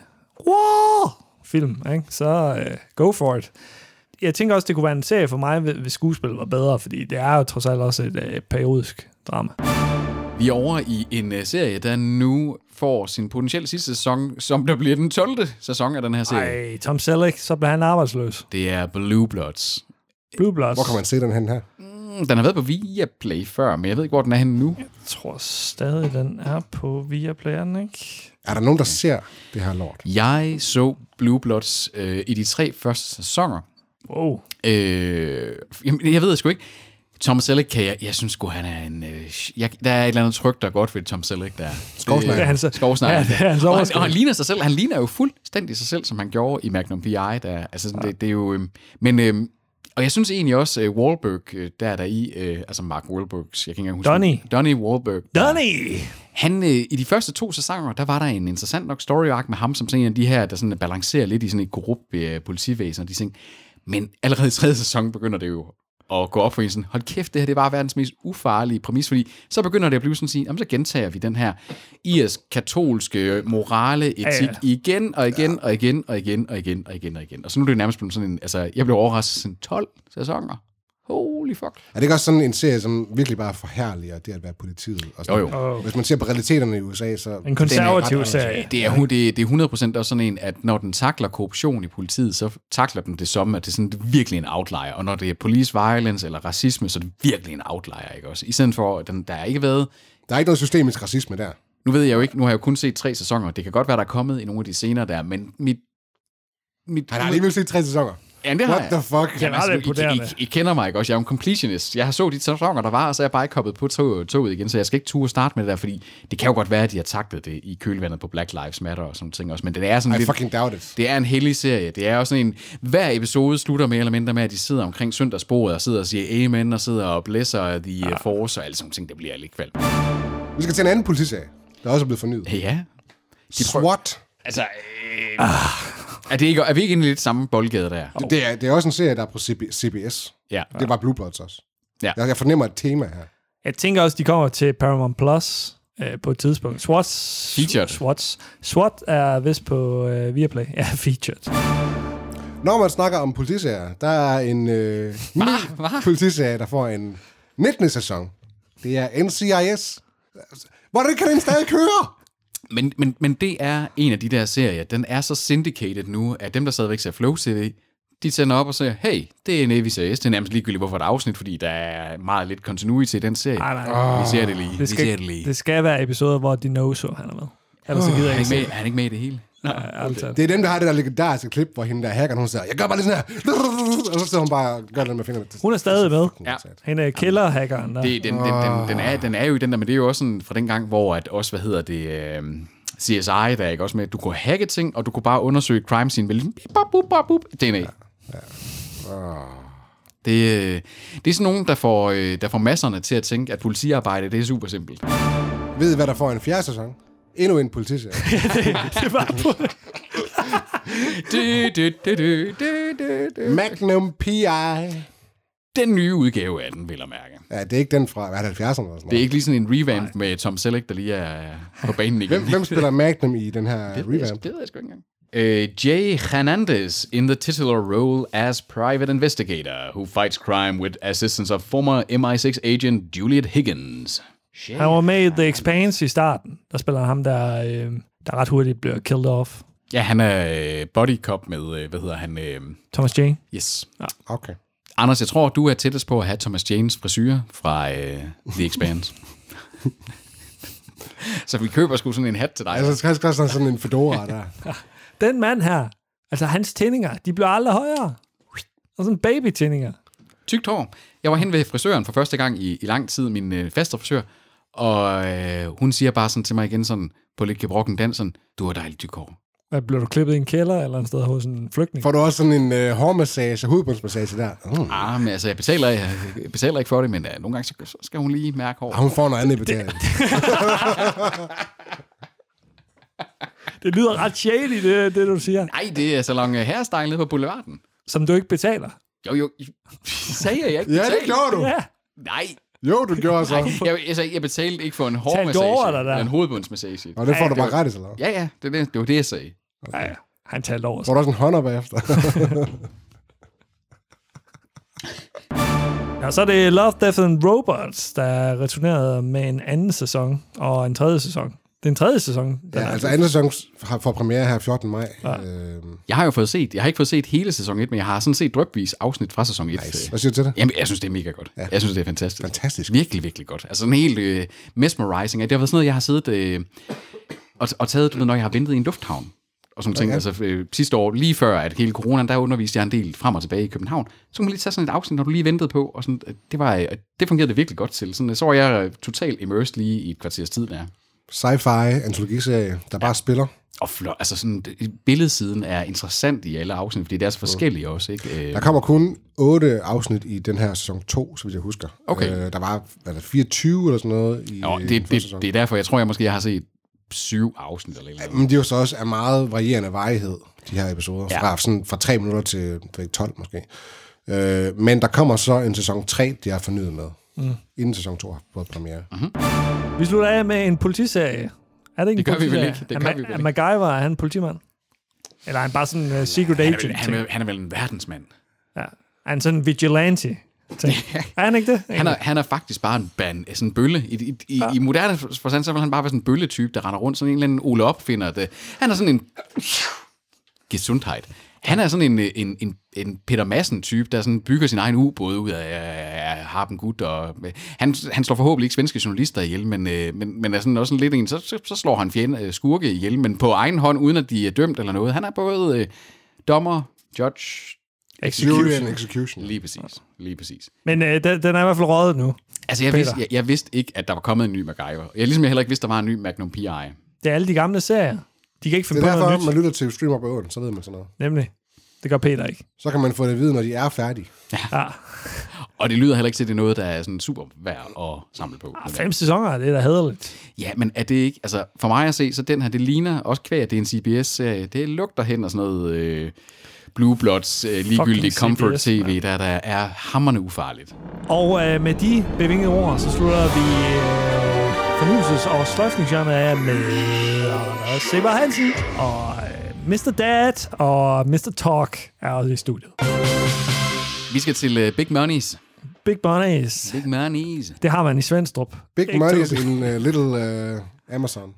wow! film, ikke? så uh, go for it. Jeg tænker også, det kunne være en serie for mig, hvis skuespillet var bedre, fordi det er jo trods alt også et uh, periodisk drama. Vi er over i en uh, serie, der nu får sin potentielle sidste sæson, som der bliver den tolvte sæson af den her serie. Ej, Tom Selleck, så bliver han arbejdsløs. Det er Blue Bloods. Blue Bloods. Hvor kan man se den hen her? Mm, den har været på Viaplay før, men jeg ved ikke, hvor den er henne nu. Jeg tror stadig, den er på Viaplay, ikke? Er der nogen, der ser det her lort? Jeg så Blue Bloods øh, i de tre første sæsoner. Wow. Øh, jeg, jeg ved sgu ikke. Tom Selleck kan jeg, jeg synes sgu, han er en... Øh, jeg, der er et eller andet tryk, der er godt ved Tom Selleck, der. Skovsnakker. Det er hans, Skovsnakker. Ja, det er hans og, han, og han ligner sig selv. Han ligner jo fuldstændig sig selv, som han gjorde i Magnum P I. Der, altså, ja. det, det er jo... Øh, men... Øh, og jeg synes egentlig også, uh, Wahlberg, uh, der er der i, uh, altså Mark Wahlbergs, jeg kan ikke huske... Donnie. Donnie Wahlberg. Donnie! Han, uh, i de første to sæsoner, der var der en interessant nok story arc med ham, som sådan en af de her, der sådan balancerer lidt i sådan et korrupt uh, politivæsen og de ting. Men allerede i tredje sæson begynder det jo at gå op for en sådan, hold kæft, det her det er bare verdens mest ufarlige præmis, fordi så begynder det at blive sådan at sige, jamen så gentager vi den her irsk-katolske morale etik ja, ja. igen og igen, ja. og igen og igen og igen og igen og igen. Og så nu er det nærmest blevet sådan en, altså jeg blev overrasket sådan tolv sæsoner. Holy fuck. Er det ikke også sådan en serie, som virkelig bare forherliger det at være politiet? Og jo, jo. Hvis man ser på realiteterne i U S A, så... En konservativ serie. Det er, det, er, det er hundrede procent også sådan en, at når den takler korruption i politiet, så takler den det som, at det er sådan det er virkelig en outlier. Og når det er police violence eller racisme, så er det virkelig en outlier, ikke også? I stedet for, at den, der er ikke været... Der er ikke noget systemisk racisme der. Nu ved jeg jo ikke, nu har jeg jo kun set tre sæsoner. Det kan godt være, der er kommet i nogle af de scener der, men mit... mit Han har alligevel set tre sæsoner. Ja, det har What jeg. the fuck? Det er ret I, imponerende. I, I kender mig ikke også. Jeg er en completionist. Jeg har så de sæsoner, der var, og så er jeg bare ikke hoppet på toget, toget igen, så jeg skal ikke turde starte med det der, fordi det kan jo godt være, at de har taklet det i kølvandet på Black Lives Matter og sådan ting også, men det er sådan I lidt... fucking doubt it. Det er en hellig serie. Det er jo sådan en... Hver episode slutter mere eller mindre med, at de sidder omkring søndagsbordet og sidder og siger amen og sidder og blæser The ja. Force og alle sådan ting. Det bliver lidt kvalmt. Vi skal til en anden politiserie, der også er blevet fornyet. Ja. SWAT. Altså... Øh, ah. er, det ikke, er vi ikke inde i lidt samme boldgade der? Det, det, er, det er også en serie, der er på C B, C B S. Ja. Det var Blue Bloods også. Ja. Jeg, jeg fornemmer et tema her. Jeg tænker også, de kommer til Paramount Plus øh, på et tidspunkt. SWAT... Featured. SWAT, SWAT er vist på øh, Viaplay. Ja, featured. Når man snakker om politiserier, der er en øh, ny politiserie, der får en nittende sæson. Det er N C I S. Hvordan kan den stadig køre? Men, men, men det er en af de der serier, den er så syndicated nu, at dem, der stadigvæk ser Flow T V, de sender op og siger, hey, det er Navy C S. Det er nærmest ligegyldigt, hvorfor et afsnit, fordi der er meget lidt continuity i den serie. Nej, nej. Vi ser det lige. Det skal, vi ser det lige. det skal være episoder, hvor Dinoso han er med. Ellers så gider jeg Han ikke er, se med, han er ikke med i det hele. Nej, altid. Det er dem, der har det der legendariske klip, hvor hende der hacker, hun siger, jeg gør bare lige sådan her. Og så sidder hun bare og gør det med fingrene. Hun er stadig med. Ja. Hende er killer-hackeren der. Det, den, den, den, den, er, den er jo i den der, men det er jo også sådan fra den gang, hvor at også, hvad hedder det, øh, C S I, der er ikke også med, du kunne hacke ting, og du kunne bare undersøge crime scene med lidt bop, bop, bop, bop, D N A. Ja. Ja. Det, øh, det er sådan nogen, der får, øh, der får masserne til at tænke, at politiarbejde, det er super simpelt. Ved I, hvad der får en fjerde sæson? Endnu en politiserie. Det var på det. du, du, du, du, du, du. Magnum P I. Den nye udgave af den, vil jeg mærke. Ja, det er ikke den fra hvad er det, halvfjerdserne eller sådan noget. Det er ikke lige sådan en revamp Nej. med Tom Selleck, der lige er på banen igen. Hvem, hvem spiller Magnum i den her det revamp? Jeg, det ved jeg sgu ikke engang. Uh, Jay Hernandez in the titular role as private investigator who fights crime with assistance of former M I six agent Juliet Higgins. Shit. Han var med i The Expanse i starten. Der spiller han ham, der, øh, der ret hurtigt bliver killed off. Ja, han er body cop med, øh, hvad hedder han? Øh, Thomas Jane. Yes. Ja. Okay. Anders, jeg tror, du er tættest på at have Thomas Janes frisyr fra øh, The Expanse. Så vi køber sgu sådan en hat til dig. Altså, skal jeg sådan sådan en fedora der. Den mand her, altså hans tændinger, de bliver aldrig højere. Og sådan baby-tændinger. Tykt hår. Jeg var hen ved frisøren for første gang i, i lang tid, min øh, faste frisør, og øh, hun siger bare sådan til mig igen sådan, på lidt gebrokken dans, sådan, du har dejligt tyk hår. Hvad, bliver du klippet i en kælder eller en sted hos en flygtning? Får du også sådan en øh, hårmassage, hudbundsmassage der? Mm. Ah, men altså, jeg betaler, jeg, jeg betaler ikke for det, men uh, nogle gange så, så skal hun lige mærke hår. Ah, hun får noget andet i betaling. Det lyder ret shady, det, det du siger. Nej, det er salon Hairstyle nede på Boulevarden. Som du ikke betaler. Jo, jo, sagde jeg, jeg ikke Ja, betalte. det gjorde du. Ja. Nej, Jo, du gjorde så. nej jeg, altså, jeg betalte ikke for en over hårmassage, dig der. eller en hovedbundsmassage. Og det får Ja, du det bare var- gratis, eller hvad? Ja, ja, det, det, det var det, jeg sagde. Okay. Ja, han talte over Får sig. du også en hånder bagefter? Ja, så er det Love, Death and Robots, der er returneret med en anden sæson og en tredje sæson. Det er en tredje sæson. Den Ja, er- altså anden sæson har- får premiere her fjortende maj. Ja. Øhm, Jeg har jo fået set, jeg har ikke fået set hele sæson et, men jeg har sådan set drypvis afsnit fra sæson et. nice. Hvad siger du til det? Jamen, jeg synes, det er mega godt. Ja. Jeg synes, det er fantastisk. Fantastisk. Virkelig, virkelig godt. Altså sådan helt øh, mesmerizing. Det har været sådan noget, jeg har siddet øh, og, og taget, du ved, når jeg har ventet i en lufthavn. Og sådan ting. Okay. Altså øh, sidste år, lige før at hele coronaen, der underviste jeg en del frem og tilbage i København. Så kunne man lige tage sådan et afsnit, når du lige ventede på. Og sådan, øh, det, var, øh, det fungerede det virkelig godt til. Sådan, så var jeg øh, totalt immersed lige i et kvarters tid der. Sci-fi antologiserie, der bare spiller. Og flot, altså sådan, det- billedsiden er interessant i alle afsnit, fordi det er så forskellige også, ikke? Øh, Der kommer kun otte afsnit i den her sæson to, så vidt jeg husker. Okay. Øh, der var, hvad er det, fireogtyve eller sådan noget i jo, øh, det, første det, sæson. det er derfor, jeg tror, jeg måske jeg har set syv afsnit eller noget. Men de er jo så også af meget varierende varighed, de her episoder. Ja. Fra, sådan, fra tre minutter til ved ikke, tolv måske. Øh, men der kommer så en sæson tre, de er fornyet med. Mm. Inden sæson to har fået premiere. Mm-hmm. Vi slutter af med en politiserie. Er det ikke Det gør en vi vel politiserie? ikke. Det Er gør Ma- vi vel er ikke. MacGyver, er han en politimand? Eller er han bare sådan en uh, secret Han er, agent? vel, han, er, han er vel en verdensmand. Ja. Er han sådan en vigilante? Er han ikke det? Han er, han er faktisk bare en, ban, sådan en bølle. I, i, i, ja. I moderne forstand, så vil han bare være sådan en bølletype, der render rundt, sådan en eller anden Ole Opfinder. Det. Han er sådan en gesundhed. Han er sådan en, en, en, en Peter Madsen-type, der sådan bygger sin egen ubåd ud af, af, af Harpen Gut. Og, han, han slår forhåbentlig ikke svenske journalister ihjel, men, men, men er sådan også sådan lidt en, så, så, så slår han fjende, skurke ihjel, men på egen hånd, uden at de er dømt eller noget. Han er både øh, dommer, judge, Jury and execution. Lige præcis. Lige præcis. Men øh, den, den er i hvert fald røget nu. Altså, jeg Peter. vidste, jeg, jeg vidste ikke, at der var kommet en ny MacGyver. Jeg ligesom jeg heller ikke vidste, der var en ny Magnum P I. Det er alle de gamle serier. De kan ikke Det finde er på noget derfor, nyt. man lytter til Stream Up otte, så ved man sådan noget. Nemlig. Det gør Peter ikke. Så kan man få det at vide, når de er færdige. Ja. Og det lyder heller ikke til, at det er noget, der er sådan super værd at samle på. Ah, fem sæsoner, det er da hæderligt. Ja, men er det ikke... Altså, for mig at se, så den her, det ligner også kvæg, at det er en C B S-serie. Det lugter hen og sådan noget øh, Blue Bloods, øh, ligegyldigt comfort-tv, der, der er hammerende ufarligt. Og øh, med de bevingede ord, så slutter vi øh, fornyelses- og sløjfningshjørnet af med øh, Seber Hansen og øh, mister Dad og mister Talk er også i studiet. Vi skal til uh, Big Monies. Big Monies. Big Monies. Det har man i Svendstrup. Big Ikke Money is Tobi. in uh, Little uh, Amazon.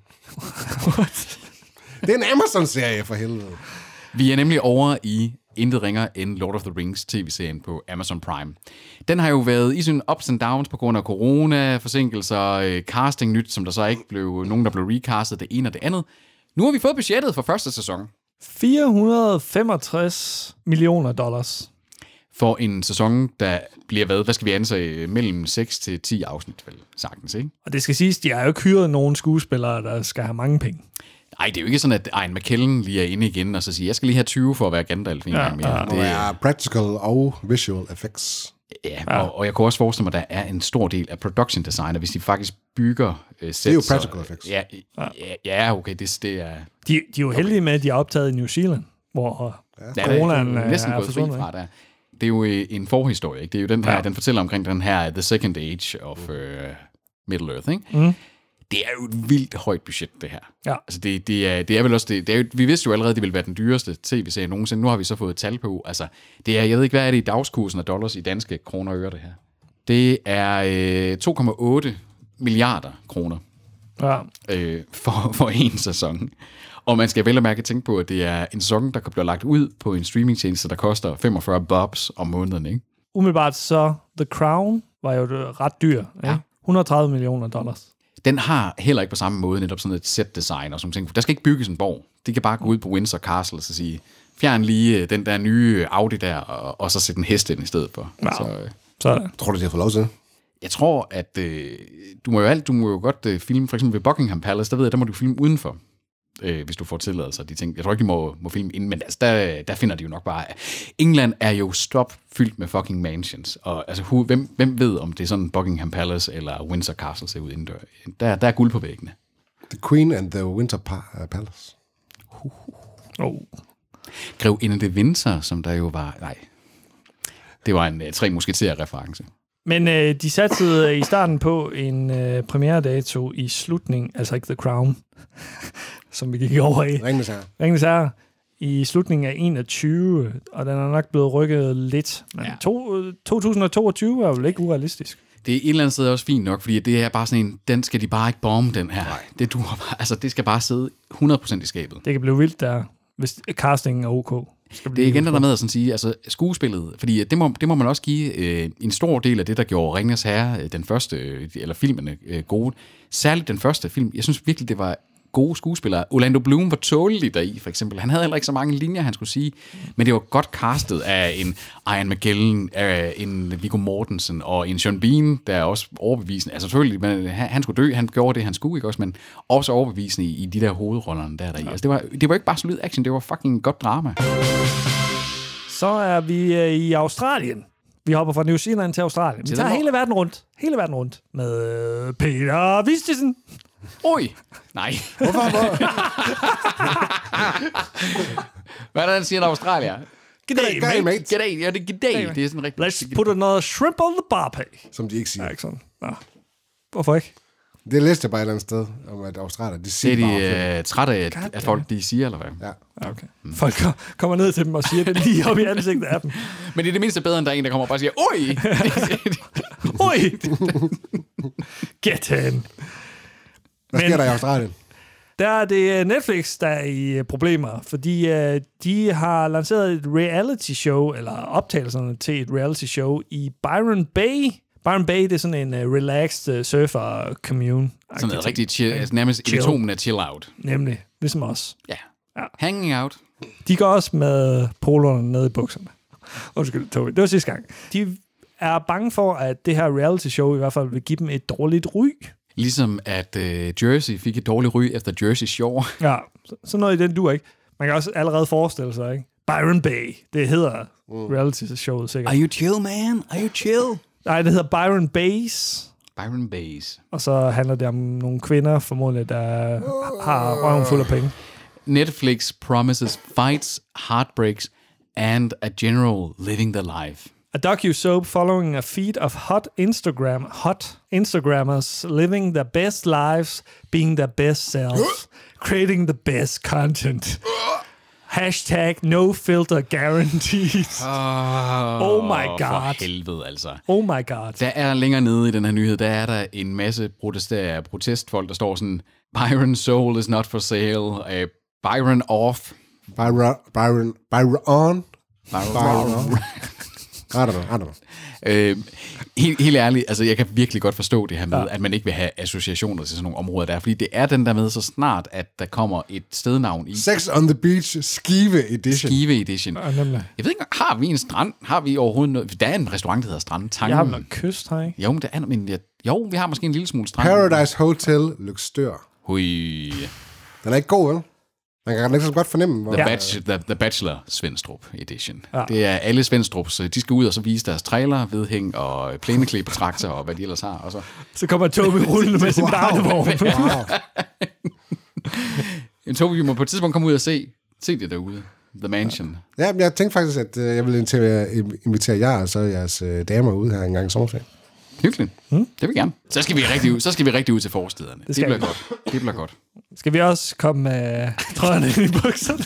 Det er en Amazon-serie for helvede. Vi er nemlig over i intet ringer end Lord of the Rings tv-serien på Amazon Prime. Den har jo været i sin ups and downs på grund af corona, forsinkelser, øh, casting nyt, som der så ikke blev nogen, der blev recastet, det ene og det andet. Nu har vi fået budgettet for første sæson. fire hundrede femogtres millioner dollars. For en sæson, der bliver hvad? Hvad skal vi anse? Mellem seks til ti afsnit, vel? Sagtens, ikke? Og det skal siges, de har jo ikke hyret nogen skuespillere, der skal have mange penge. Nej, det er jo ikke sådan, at Ian McKellen lige er inde igen og så siger, jeg skal lige have tyve for at være Gandalf en Ja, gang mere. ja. Det er practical og visual effects. Ja, og, og jeg kunne også forestille mig, at der er en stor del af production design, og hvis de faktisk bygger øh, sets... Det er jo practical effects. Ja, ja, ja, okay, det, det er... De, de er jo heldige med, at de er optaget i New Zealand, hvor Ja, coronaen er næsten er gået fri forsvundet. fra der. Det er jo øh, en forhistorie, ikke? Det er jo den her, Ja. den fortæller omkring den her The Second Age of uh, Middle Earth, ikke? Mm. Det er jo et vildt højt budget, det her. Ja. Altså, det, det, er, det er vel også... Det, det er jo, vi vidste jo allerede, at det ville være den dyreste tv-serie nogensinde. Nu har vi så fået et tal på. Altså, det er, jeg ved ikke, hvad er det i dagskursen af dollars i danske kroner og øre, det her? Det er øh, to komma otte milliarder kroner Ja. øh, for, for en sæson. Og man skal vel og mærke tænke på, at det er en sæson, der kan blive lagt ud på en streamingtjeneste, der koster femogfyrre bobs om måneden, ikke? Umiddelbart så The Crown var jo ret dyr. Ikke? Ja. et hundrede og tredive millioner dollars. Den har heller ikke på samme måde netop sådan et set design og sådan ting. Der skal ikke bygges en borg. Det kan bare gå ud på Windsor Castle og så sige, fjern lige den der nye Audi der, og, og så sætte en hest ind i stedet for. Wow. Så, øh, Sådan. Tror du, de har fået lov til? jeg tror, at øh, du, må jo alt, du må jo godt øh, filme, for eksempel ved Buckingham Palace, der ved jeg, der må du filme udenfor, øh, hvis du får tilladelse. De ting. Jeg tror ikke, de må, må filme inden, men altså, der, der finder de jo nok bare... England er jo stop fyldt med fucking mansions, og altså, hu, hvem, hvem ved, om det er sådan Buckingham Palace eller Windsor Castle ser ud indendør. Der, der er guld på væggene. The Queen and the Winter pa- uh, Palace. Oh. Grev Inde de Windsor, som der jo var... Nej, det var en uh, tre musketerer-reference. Men øh, de satte i starten på en øh, premieredato i slutningen, altså ikke The Crown, som vi gik over i. Ringenes Herre. Ringenes Herre i slutningen af enogtyve, og den er nok blevet rykket lidt. Men Ja. to, to tusind og toogtyve er jo ikke urealistisk. Det er et eller andet sted også fint nok, fordi det er bare sådan en, den skal de bare ikke bombe, den her. Nej. Det, duer bare, altså, det skal bare sidde hundrede procent i skabet. Det kan blive vildt der, hvis castingen er ok. Skal Det er igen der med at sådan sige, altså skuespillet, fordi det må, det må man også give øh, en stor del af det, der gjorde Ringenes Herre, øh, den første, øh, eller filmene, øh, gode. Særligt den første film. Jeg synes virkelig, det var gode skuespillere. Orlando Bloom var tålelig deri, for eksempel. Han havde heller ikke så mange linjer, han skulle sige, men det var godt castet af en Ian McKellen, af en Viggo Mortensen og en Sean Bean, der er også overbevisende. Altså selvfølgelig, men han, han skulle dø, han gjorde det, han skulle, ikke også, men også overbevisende i, i de der hovedrollerne der deri. Altså det var, det var ikke bare solid action, det var fucking godt drama. Så er vi øh, i Australien. Vi hopper fra New Zealand til Australien. Vi Til tager den- hele verden rundt. Hele verden rundt. Med øh, Peter Vistisen. Oj! Nej. Hvorfor? Hvor? Hvad er det, han siger, der Australier? G'day, G'day, mate. mate. G'day, ja, det er g'day. Det er sådan rigtig... Let's put another shrimp on the barbie. Som de ikke siger. Ja, ikke sådan. Nå. Hvorfor ikke? Det læste jeg bare et eller andet sted, om at australier, de Det siger er bare. de uh, trætte af, at folk de siger, eller hvad? Ja. Ja, okay. Folk ko- kommer ned til dem og siger det lige op i ansigtet af dem. Men det er det mindste bedre, end der er en, der kommer og bare siger, oj! Oi! Get in. Hvad Men- sker der i Australien? Der er det Netflix, der er i øh, problemer, fordi øh, de har lanceret et reality show, eller optagelserne til et reality show i Byron Bay. Byron Bay, det er sådan en uh, relaxed uh, surfer commune. Sådan noget rigtig chill, altså nærmest Chill. epitomen af chill out. Nemlig, ligesom os. Ja. Ja. Hanging out. De går også med polerne ned i bukserne. Undskyld, Tobi. Det var sidste gang. De er bange for, at det her reality show i hvert fald vil give dem et dårligt ry. Ligesom at øh, Jersey fik et dårligt ry efter Jersey Shore. Ja, så, sådan noget i den du ikke. Man kan også allerede forestille sig, ikke? Byron Bay, det hedder mm. reality-showet sikkert. Are you chill, man? Are you chill? Nej, det hedder Byron Bays. Byron Bays. Og så handler det om nogle kvinder, formodentlig, der har røven fuld af penge. Netflix promises fights, heartbreaks, and a general living the life. A docu-soap following a feed of hot Instagram hot Instagrammers living their best lives, being their best selves, creating the best content. Hashtag no filter guaranteed. Oh, oh my god. For helvede, altså. Oh my god. Der er længere nede i den her nyhed, der er der en masse protester, protestfolk, der står sådan, Byron soul is not for sale, uh, Byron off. Byron, Byron, Byron on. Byron, Byron on. I don't know, I don't know. Øh, helt, helt ærligt, altså jeg kan virkelig godt forstå det her med, ja. at man ikke vil have associationer til sådan nogle områder der, fordi det er den der med så snart, at der kommer et stednavn i. Sex on the Beach, Skive Edition. Skive Edition. Ja, jeg ved ikke, har vi en strand? Har vi overhovedet noget? Der er en restaurant, der hedder Strand Tangen. Jeg har noget kyst her, ikke? Jo, men der er, men jeg, jo, vi har måske en lille smule strand. Paradise Hotel, Løgstør. Hui. Den er ikke god, vel? Man kan ikke så godt fornemme, hvor... The, Bachelor, the, the Bachelor Svendstrup Edition. Ja. Det er alle Svendstrups. De skal ud og så vise deres trailer, vedhæng og plæneklæb på traktor og hvad de ellers har. Og så, så kommer Tobi rullende med sin barnevogn. Wow. Tobi, vi må på et tidspunkt komme ud og se, se det derude. The Mansion. Ja, men jeg tænkte faktisk, at øh, jeg ville invitere, invitere jer og så jeres øh, damer ud her en gang i sommerferien. Hyggeligt. Hmm? Det vil vi gerne. Så skal vi rigtig ud, så skal vi rigtig ud til forstederne. Det, det bliver vi. godt. Det bliver godt. Skal vi også komme med trøjerne ind i bukserne?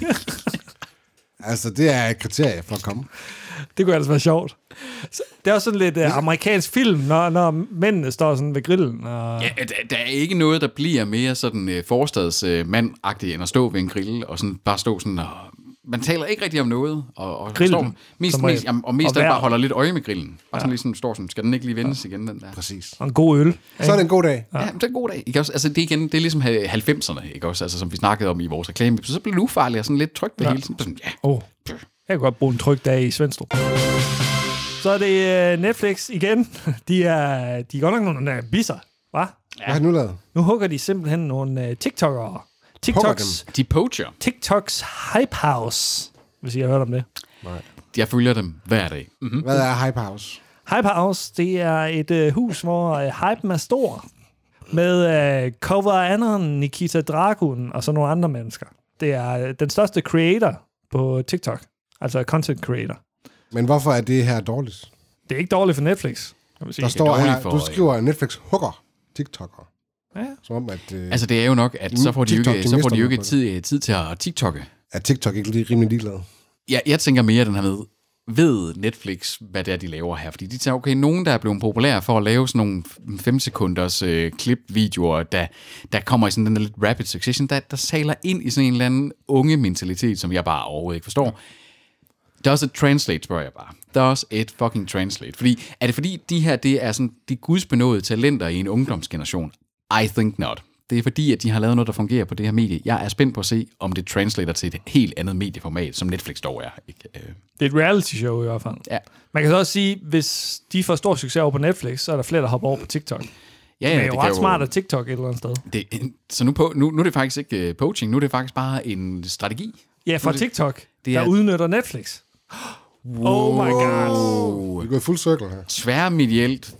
Altså, det er et kriterie for at komme. Det kunne altså være sjovt. Det er også sådan lidt uh, amerikansk film, når, når mændene står sådan ved grillen. Og... Ja, der, der er ikke noget, der bliver mere sådan uh, forstadsmand-agtigt, end at stå ved en grill og sådan, bare stå sådan og... Man taler ikke rigtig om noget, og, og, står, mest, mest, jamen, og mest og bare holder lidt øje med grillen. Bare ja. sådan ligesom står sådan, skal den ikke lige vendes ja. igen, den der? Præcis. Og en god øl. Så er det en god dag. Ja, ja det er en god dag. Ikke også? Altså, det, er igen, det er ligesom halvfemserne, ikke også? Altså, som vi snakkede om i vores reklame. Så bliver det ufarligt og sådan lidt trygt ved ja. hele tiden. Sådan, ja. Oh. Jeg kan godt bruge en tryg dag i Svendstrup. Så er det Netflix igen. De er, de er godt nok nogle bisser, hva'? Ja. Hvad har de nu lavet? Nu hugger de simpelthen nogle uh, TikTokere. TikToks, de poacher. TikToks Hype House, hvis I har hørt om det. Nej. Jeg følger dem hver dag. Mm-hmm. Hvad er Hype House? Hype House, det er et uh, hus, hvor uh, hypen er stor. Med uh, Cover Annan, Nikita Dragun og så nogle andre mennesker. Det er uh, den største creator på TikTok. Altså content creator. Men hvorfor er det her dårligt? Det er ikke dårligt for Netflix. Kan sige. Der står her, for, du skriver, at Netflix hugger TikTokere. Ja. Som om, at... Øh, altså, det er jo nok, at så får de TikTok, jo ikke, så får de jo ikke tid, tid til at TikTokke. Er TikTok ikke lige rimelig ligeglad? Ja, jeg tænker mere den her med, ved Netflix, hvad det er, de laver her? Fordi de tager, okay, nogen, der er blevet populære for at lave sådan nogle fem sekunders øh, klip-videoer, der, der kommer i sådan den der lidt rapid succession, der, der saler ind i sådan en eller anden unge mentalitet, som jeg bare overhovedet ikke forstår. Der er også et translate, spørger jeg bare. Der er også et fucking translate. Fordi, er det fordi, de her, det er sådan, de gudsbenåede talenter i en ungdomsgeneration? I think not. Det er fordi, at de har lavet noget, der fungerer på det her medie. Jeg er spændt på at se, om det translater til et helt andet medieformat, som Netflix dog er. Ikke? Det er et reality show i hvert fald. Ja. Man kan så også sige, hvis de får stor succes over på Netflix, så er der flere, der hopper over på TikTok. Ja, ja, det er jo ret jo... smart af TikTok et eller andet sted. Det, så nu, på, nu, nu er det faktisk ikke uh, poaching, nu er det faktisk bare en strategi. Ja, fra det, TikTok, det er... der udnytter Netflix. Wow. Oh my god. Det er gået fuld cirkel her. Tværmedielt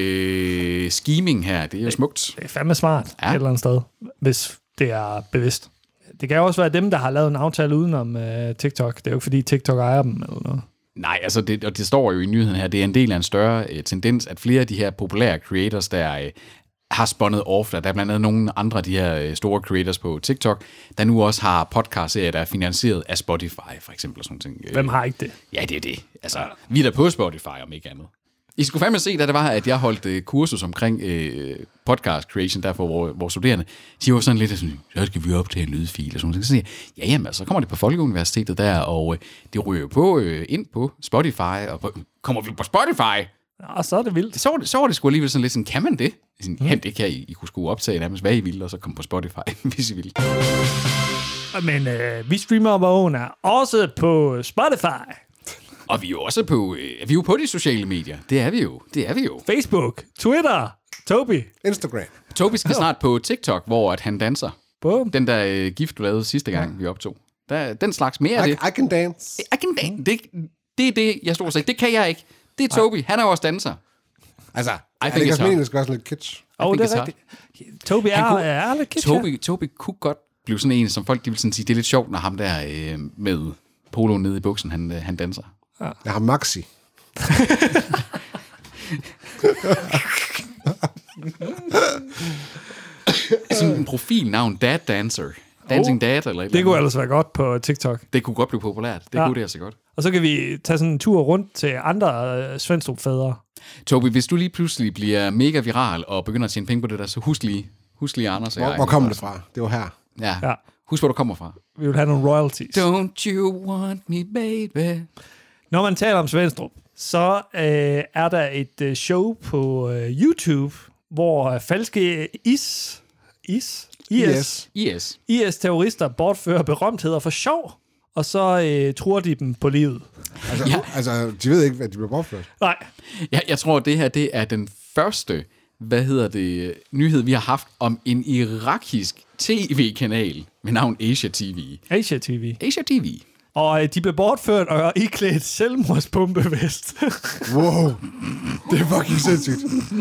øh, scheming her, det er jo smukt. Det er fandme smart ja. et eller andet sted, hvis det er bevidst. Det kan jo også være dem, der har lavet en aftale udenom uh, TikTok. Det er jo ikke fordi TikTok ejer dem eller noget. Nej, altså det, og det står jo i nyheden her, det er en del af en større øh, tendens, at flere af de her populære creators, der øh, har spundet off, der er blandt andet nogle andre af de her øh, store creators på TikTok, der nu også har podcast-serier, der er finansieret af Spotify, for eksempel. Og sådan ting. Hvem har ikke det? Ja, det er det. Altså, vi er der på Spotify, om ikke andet. I skulle fandme se, da det var, at jeg holdt øh, kursus omkring øh, podcast creation, der for vores, vores studerende. De var sådan lidt sådan, så skal vi optage en lydfil og sådan noget. Så siger jeg, ja, jamen, altså, så kommer det på Folkeuniversitetet der, og øh, det ryger på øh, ind på Spotify, og på, kommer vi på Spotify? Ja, så er det vildt. Så var det, så var det sgu alligevel sådan lidt sådan, kan man det? Sådan, ja, det kan I, I kunne sgu optage nærmest, hvad I ville, og så komme på Spotify, hvis I ville. Men øh, vi streamer op og er også på Spotify. Og vi er jo også på, øh, vi er jo på de sociale medier. Det er vi jo. Det er vi jo. Facebook, Twitter, Toby. Instagram. Toby skal snart på TikTok, hvor at han danser. Boom. Den der øh, gift, du lavede sidste gang, vi optog. Der, den slags mere af I, det. I can dance. I can dance. Det, det er det, jeg stod og sagde. Det kan jeg ikke. Det er Toby. Han er jo også danser. Altså, I er think det it's ikke meningen, det skal også lidt kitsch? Åh, oh, det think er it's rigtigt. Toby er, kunne- er lidt kitsch. Toby, Toby kunne godt blive sådan en, som folk de vil sådan sige, det er lidt sjovt, når ham der øh, med polo nede i buksen, han, øh, han danser. Jeg har Maxi. Sådan en profilnavn, Dad Dancer. Dancing Dad eller et eller Det kunne andet. ellers være godt på TikTok. Det kunne godt blive populært. Det Ja. kunne det altså godt. Og så kan vi tage sådan en tur rundt til andre øh, Svendstrup-fædre. Toby, hvis du lige pludselig bliver mega viral og begynder at tjene penge på det der, så husk lige, husk lige Anders og Hvor, jeg. hvor kommer det fra? Det var her. Ja. Ja. ja. Husk, hvor du kommer fra. Vi vil have nogle royalties. Don't you want me, baby? Når man taler om Svendstrup, så øh, er der et øh, show på øh, YouTube, hvor øh, falske is, is, IS, Yes. Yes. IS-terrorister bortfører berømtheder for sjov, og så øh, truer de dem på livet. Altså, Ja. altså, de ved ikke, hvad de bliver bortført. Nej, Jeg, jeg tror, det her det er den første, hvad hedder det, nyhed, vi har haft om en irakisk tv-kanal med navn Asia T V. Asia T V. Asia T V. Og øh, de blev bortført og iklædt selvmordsbombevest. Wow. Det er fucking sindssygt.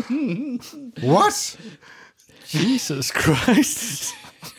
What? Jesus Christ.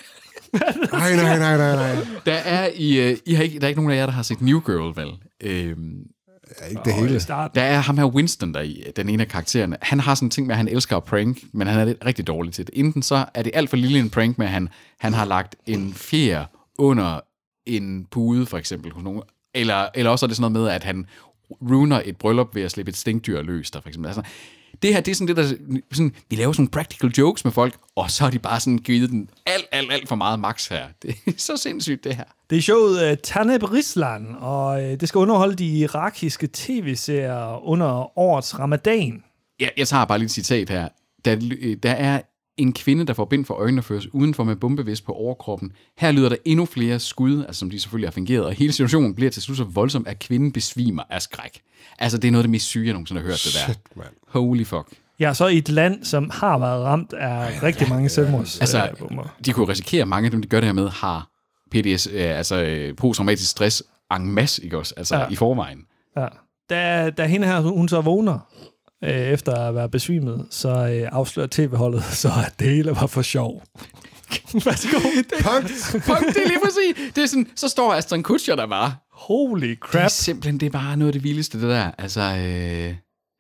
Nej, nej, nej, nej, nej. Der er, I, uh, I har ikke, der er ikke nogen af jer, der har set New Girl, vel? Øhm, Ja, ikke det Og hele. i starten. der er ham her Winston, der i den ene af karaktererne. Han har sådan en ting med, at han elsker at prank, men han er lidt rigtig dårlig til det. Enten så er det alt for lille en prank med, at han, han har lagt en fjer under en pude, for eksempel, hos nogen. Eller, eller også er det sådan noget med, at han ruiner et bryllup ved at slippe et stinkdyr løs, der for eksempel. Altså, det her, det er sådan det, der... Sådan, vi laver sådan nogle practical jokes med folk, og så har de bare sådan givet den alt, alt, alt for meget max her. Det er så sindssygt, det her. Det er showet uh, Taneb Rislan, og uh, det skal underholde de irakiske tv-serier under årets ramadan. Jeg, jeg tager bare lige et citat her. Der, der er en kvinde, der får bind for øjnene og føres udenfor med bombevest på overkroppen. Her lyder der endnu flere skud, altså som de selvfølgelig har fungeret, og hele situationen bliver til slut så voldsom, at kvinden besvimer af skræk. Altså, det er noget af det mest syge, jeg nogensinde har hørt det der. Shit, man. Holy fuck. Ja, så i et land, som har været ramt af rigtig mange selvmordsbomber. Altså, de kunne risikere, at mange af dem, de gør det her med, har P T S, øh, altså øh, posttraumatisk stress en masse, ikke også? Altså, Ja. ja. i forvejen. Ja. Da, da hende her, hun så vågner, øh, efter at være besvimet, så øh, afslører tv-holdet, så at det hele var for sjov. Værsgo. Punk. Fuck, det er lige præcis. Det er sådan, så står Aston Kutcher der bare. Holy Det crap. er simpelthen, det er bare noget af det vildeste, det der. Altså, øh...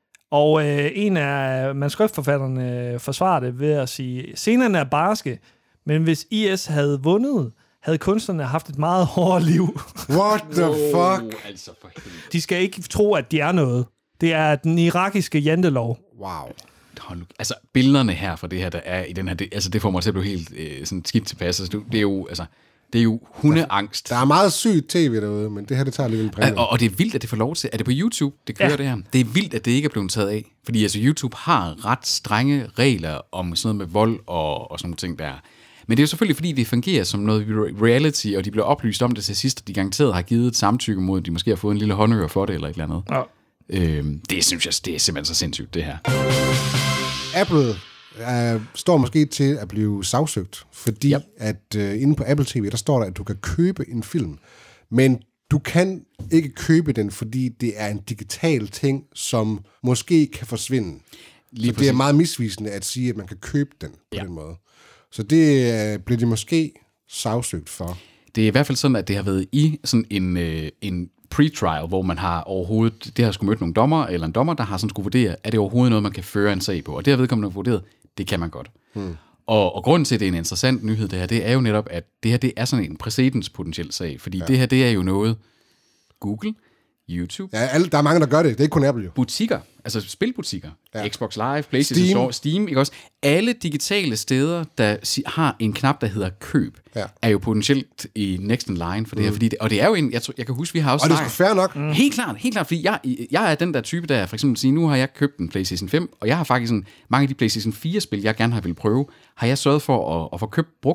Og øh, en af manuskriptforfatterne øh, forsvarer det ved at sige, scenerne er barske, men hvis I S havde vundet, havde kunstnerne haft et meget hårdere liv. What the fuck? Oh, altså for helvede. De skal ikke tro, at de er noget. Det er den irakiske jantelov. Wow. Hold nu. Altså, billederne her fra det her, der er i den her, det, altså, det får mig til at blive helt øh, sådan skidt tilpas. Altså, det er jo, altså, det er jo hundeangst. Der er meget sygt tv derude, men det her, det tager alligevel præmien. Og, og det er vildt, at det får lov til. Er det på YouTube, det kører Ja. det her? Det er vildt, at det ikke er blevet taget af. Fordi altså, YouTube har ret strenge regler om sådan noget med vold og, og sådan nogle ting der. Men det er jo selvfølgelig, fordi det fungerer som noget reality, og de bliver oplyst om det til sidst, og de garanteret har givet et samtykke mod, at de måske har fået en lille håndøre for det, eller et eller andet. Ja. Øhm, det synes jeg, det er simpelthen så sindssygt, det her. Apple øh, står måske til at blive sagsøgt, fordi Yep. at øh, inde på Apple T V, der står der, at du kan købe en film, men du kan ikke købe den, fordi det er en digital ting, som måske kan forsvinde. Lige Så det er meget misvisende at sige, at man kan købe den på Ja. den måde. Så det øh, bliver de måske sagsøgt for. Det er i hvert fald sådan, at det har været i sådan en, øh, en pre-trial, hvor man har overhovedet, det har skulle møde nogle dommer, eller en dommer, der har sådan skulle vurdere, er det overhovedet noget, man kan føre en sag på? Og det har vedkommende vurderet, det kan man godt. Hmm. Og, og grunden til, at det er en interessant nyhed, det her, det er jo netop, at det her, det er sådan en præcedenspotentiel sag, fordi ja. det her, det er jo noget, Google, YouTube, Ja, alle, der er mange, der gør det. Det er ikke kun Apple jo. butikker, altså spilbutikker, Ja. ja. Xbox Live, PlayStation Steam. Store, Steam, ikke også? Alle digitale steder, der si- har en knap, der hedder køb, Ja. er jo potentielt i next in line for det her, fordi det, og det er jo en, jeg, tror, jeg kan huske, vi har også Og det er sgu snakket- fair nok. Mm. Helt klart, helt klart, fordi jeg, jeg er den der type, der for eksempel siger, nu har jeg købt en PlayStation fem, og jeg har faktisk sådan, mange af de PlayStation fire-spil, jeg gerne har vil prøve, har jeg sørget for at, at få købt brugt,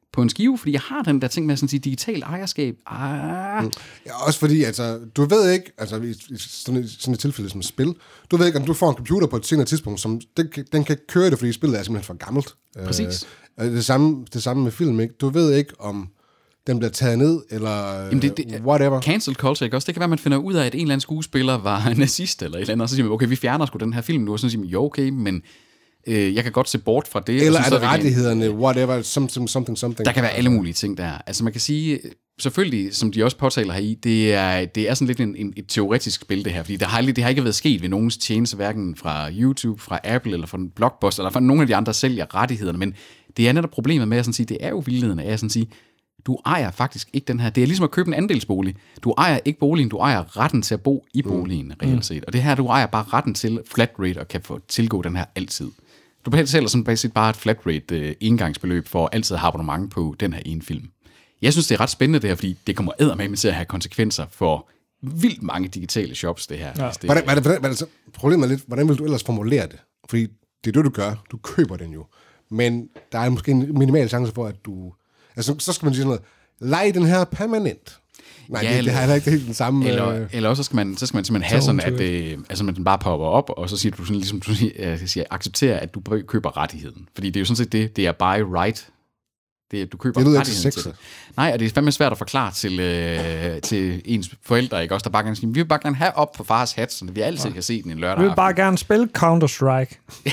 på en skive, fordi jeg har den der ting med sådan sige digital ejerskab. Ah. Mm. Ja, også fordi, altså, du ved ikke, altså i, i sådan, et, sådan et tilfælde som et spil, du ved ikke, om du får en computer på et senere tidspunkt, som den, den kan ikke køre det, fordi spillet er simpelthen for gammelt. Præcis. Øh, det, samme, det samme med film, ikke? Du ved ikke, om den bliver taget ned, eller Jamen det, det, whatever. Cancel culture, ikke også? Det kan være, man finder ud af, at en eller anden skuespiller var nazist, eller et eller andet, og så siger man, okay, vi fjerner sgu den her film nu, og så siger man, jo, okay, men øh, jeg kan godt se bort fra det. Eller er det rettighederne, kan, whatever, something, something, something. Der kan være alle mulige ting der. Altså man kan sige, selvfølgelig, som de også påtaler her i, det er, det er sådan lidt en, en, et teoretisk spil, det her, fordi det har, det har ikke været sket ved nogens tjeneste, hverken fra YouTube, fra Apple, eller fra Blockbuster, eller fra nogle af de andre, der sælger rettighederne, men det er netop problemet med at sådan sige, det er jo vildledende af at sådan sige, du ejer faktisk ikke den her. Det er ligesom at købe en andelsbolig. Du ejer ikke boligen, du ejer retten til at bo i boligen, mm. reelt set. Og det her, du ejer bare retten til flat rate og kan få tilgå den her altid. Du betaler sådan basisk bare et flat rate øh, engangsbeløb for altid at have abonnement på den her ene film. Jeg synes, det er ret spændende det her, fordi det kommer eddermame til at have konsekvenser for vildt mange digitale shops, det her. Ja. Det, hvordan, hvordan, hvordan, altså, problemet er lidt, hvordan vil du ellers formulere det? Fordi det er det, du gør. Du køber den jo. Men der er måske en minimal chance for, at du... Altså, så skal man sige sådan noget, lej den her permanent. Nej, ja, det, det har heller ikke helt den samme... Eller, øh... eller også så skal man, så skal man simpelthen have sådan, at øh, altså, man den bare popper op, og så siger du sådan, ligesom du siger, siger, accepterer, at du køber rettigheden. Fordi det er jo sådan set det, det er buy right. Det er, du køber det rettigheden til det. Nej, og det er fandme svært at forklare til, øh, til ens forældre, ikke også, der bare gerne siger, vi vil bare gerne have op på fars hat, så vi altid ja. kan se den en lørdag. Vi vil bare gerne spille Counter-Strike.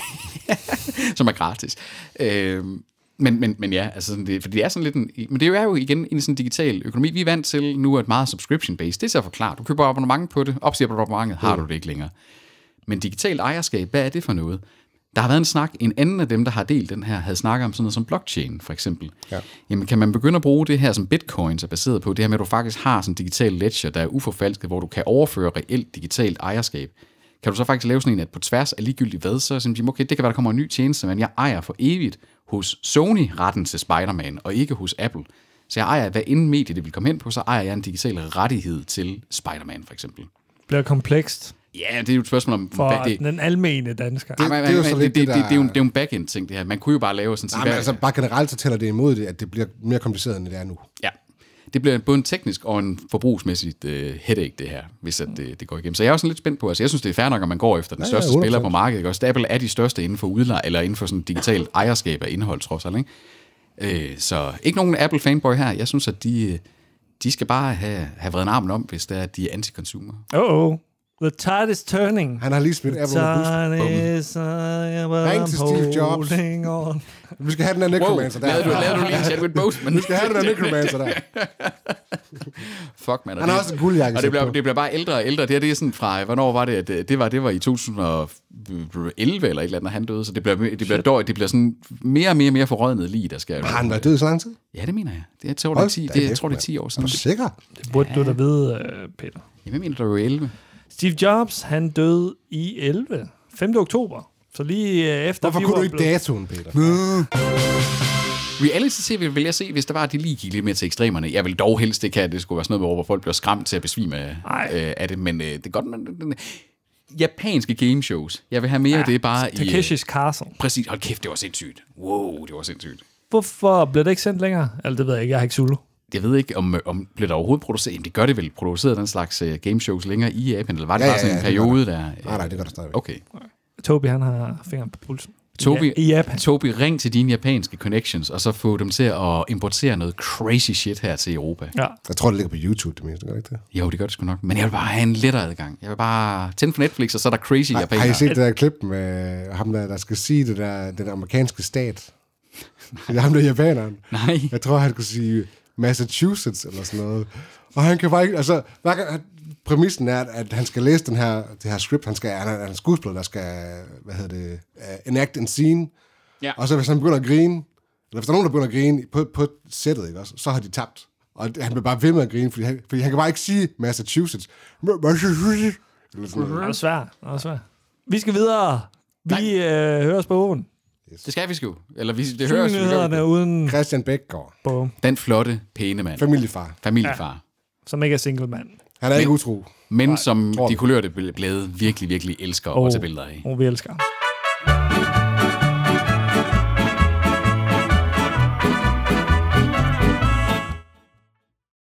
Som er gratis. Øh, Men, men, men ja, altså det, for det er sådan lidt en, men det er jo igen en sådan digital økonomi. Vi er vant til nu et meget subscription-based. Det er så forklart. Du køber abonnement på det, opsiger på abonnementet, har du det ikke længere. Men digitalt ejerskab, hvad er det for noget? Der har været en snak, en anden af dem, der har delt den her, havde snakket om sådan noget som blockchain, for eksempel. Ja. Jamen, kan man begynde at bruge det her, som bitcoins er baseret på, det her med, at du faktisk har sådan en digital ledger, der er uforfalsket, hvor du kan overføre reelt digitalt ejerskab. Kan du så faktisk lave sådan en, at på tværs af ligegyldigt hvad, så simpelthen, okay, det kan være, der kommer en ny tjeneste, men jeg ejer for evigt hos Sony retten til Spider-Man, og ikke hos Apple. Så jeg ejer, hvad inden medie det vil komme hen på, så ejer jeg en digital rettighed til Spider-Man, for eksempel. Bliver komplekst. Ja, det er jo et spørgsmål om... For det, den almene dansker. Det, det, det, det, det, det, det, det, det, er jo, det er jo en back-end-ting, det her. Man kunne jo bare lave sådan... Nej, men altså bare generelt så tæller det imod det, at det bliver mere kompliceret, end det er nu. Ja. Det bliver både en teknisk og en forbrugsmæssigt uh, headache, det her, hvis at det, det går igennem. Så jeg er også lidt spændt på, altså jeg synes, det er fair nok, at man går efter den ja, største ja, spiller på markedet. Ikke? Også Apple er de største inden for udlej, eller inden for sådan digitalt ejerskab af indhold, trods alt. Ikke? Øh, så ikke nogen Apple-fanboy her. Jeg synes, at de, de skal bare have, have vredet armen om, hvis det er, at de er anti-consumer. Oh, oh. The tide is turning. Han har lige smidt Apple under bussen. Ring til Steve Jobs. Vi skal have den der Necromancer wow. der. Lavede du, lavede du lige en chat with Boseman? Vi skal have den der Necromancer der. Fuck, man. Han har også en guldjakke. Og det bliver, det bliver bare ældre og ældre. Det her, det er sådan fra, hvornår var det? Det, det var, det var i to tusind og elleve eller et eller andet, han døde. Så det bliver, det bliver, dår, det bliver sådan mere og mere, mere forrødnet lige, der skal... Har han været død så lang tid? Ja, det mener jeg. Det, jeg tror, det er ti, det, jeg tror, det er ti år siden. Er du sikker? Det burde ja. du da vide, Peter. Jamen, jeg mener, der var elleve. Steve Jobs, han døde i elleve. femte oktober. Så lige efter... Hvorfor kunne du ikke datoen, Peter? Reality-tv vil jeg se, hvis der var, at de lige gik lidt mere til ekstremerne. Jeg vil dog helst ikke have, at det skulle være sådan noget, hvor folk bliver skræmt til at besvime øh, af det. Men øh, det er godt, man... Japanske gameshows. Jeg vil have mere ja, af det bare i... Takeshis Castle. Præcis. Hold kæft, det var sindssygt. Wow, det var sindssygt. Hvorfor blev det ikke sendt længere? Eller det ved jeg ikke, jeg har ikke Zulu. Jeg ved ikke, om, om bliver der overhovedet produceret... Jamen, det gør det vel, produceret den slags uh, gameshows længere i Japan, eller var det ja, bare sådan ja, ja, en periode, der... Nej, nej, det gør der stadigvæk. Okay. Tobi, han har fingeren på pulsen. Tobi, i Japan. Tobi, ring til dine japanske connections, og så få dem til at importere noget crazy shit her til Europa. Ja. Jeg tror, det ligger på YouTube, det meste, gør det ikke det? Jo, det gør det sgu nok. Men jeg vil bare have en lettere adgang. Jeg vil bare tænde for Netflix, og så er der crazy har, japanere. Har I set det der klip med ham, der, der skal sige det der, den amerikanske stat? Det er ham der japaneren. Nej. Jeg tror, han skulle sige Massachusetts eller sådan noget. Og han kan bare ikke... Altså, hver, præmissen er, at han skal læse den her, det her script. Han, skal, han er en skuespiller, der skal, hvad hedder det, uh, enact en scene. Ja. Og så hvis han begynder at grine, eller hvis der er nogen, der begynder at grine på, på sættet, ikke også, så har de tabt. Og han bliver bare ved med at grine, fordi han, fordi han kan bare ikke sige Massachusetts. Massachusetts. Eller sådan noget. Det er svært. Det er svært. Vi skal videre. Vi øh, høres på ugen. Yes. Det skal vi sgu. Eller vi, det høres vi. Uden... Christian Bækgaard. Boom. Den flotte, pæne mand. Familiefar. Familiefar. Ja. Som ikke er single mand. Han er men, ikke utro. Men som de kulørte blade virkelig, virkelig elsker oh, at tage billeder af. Og vi elsker.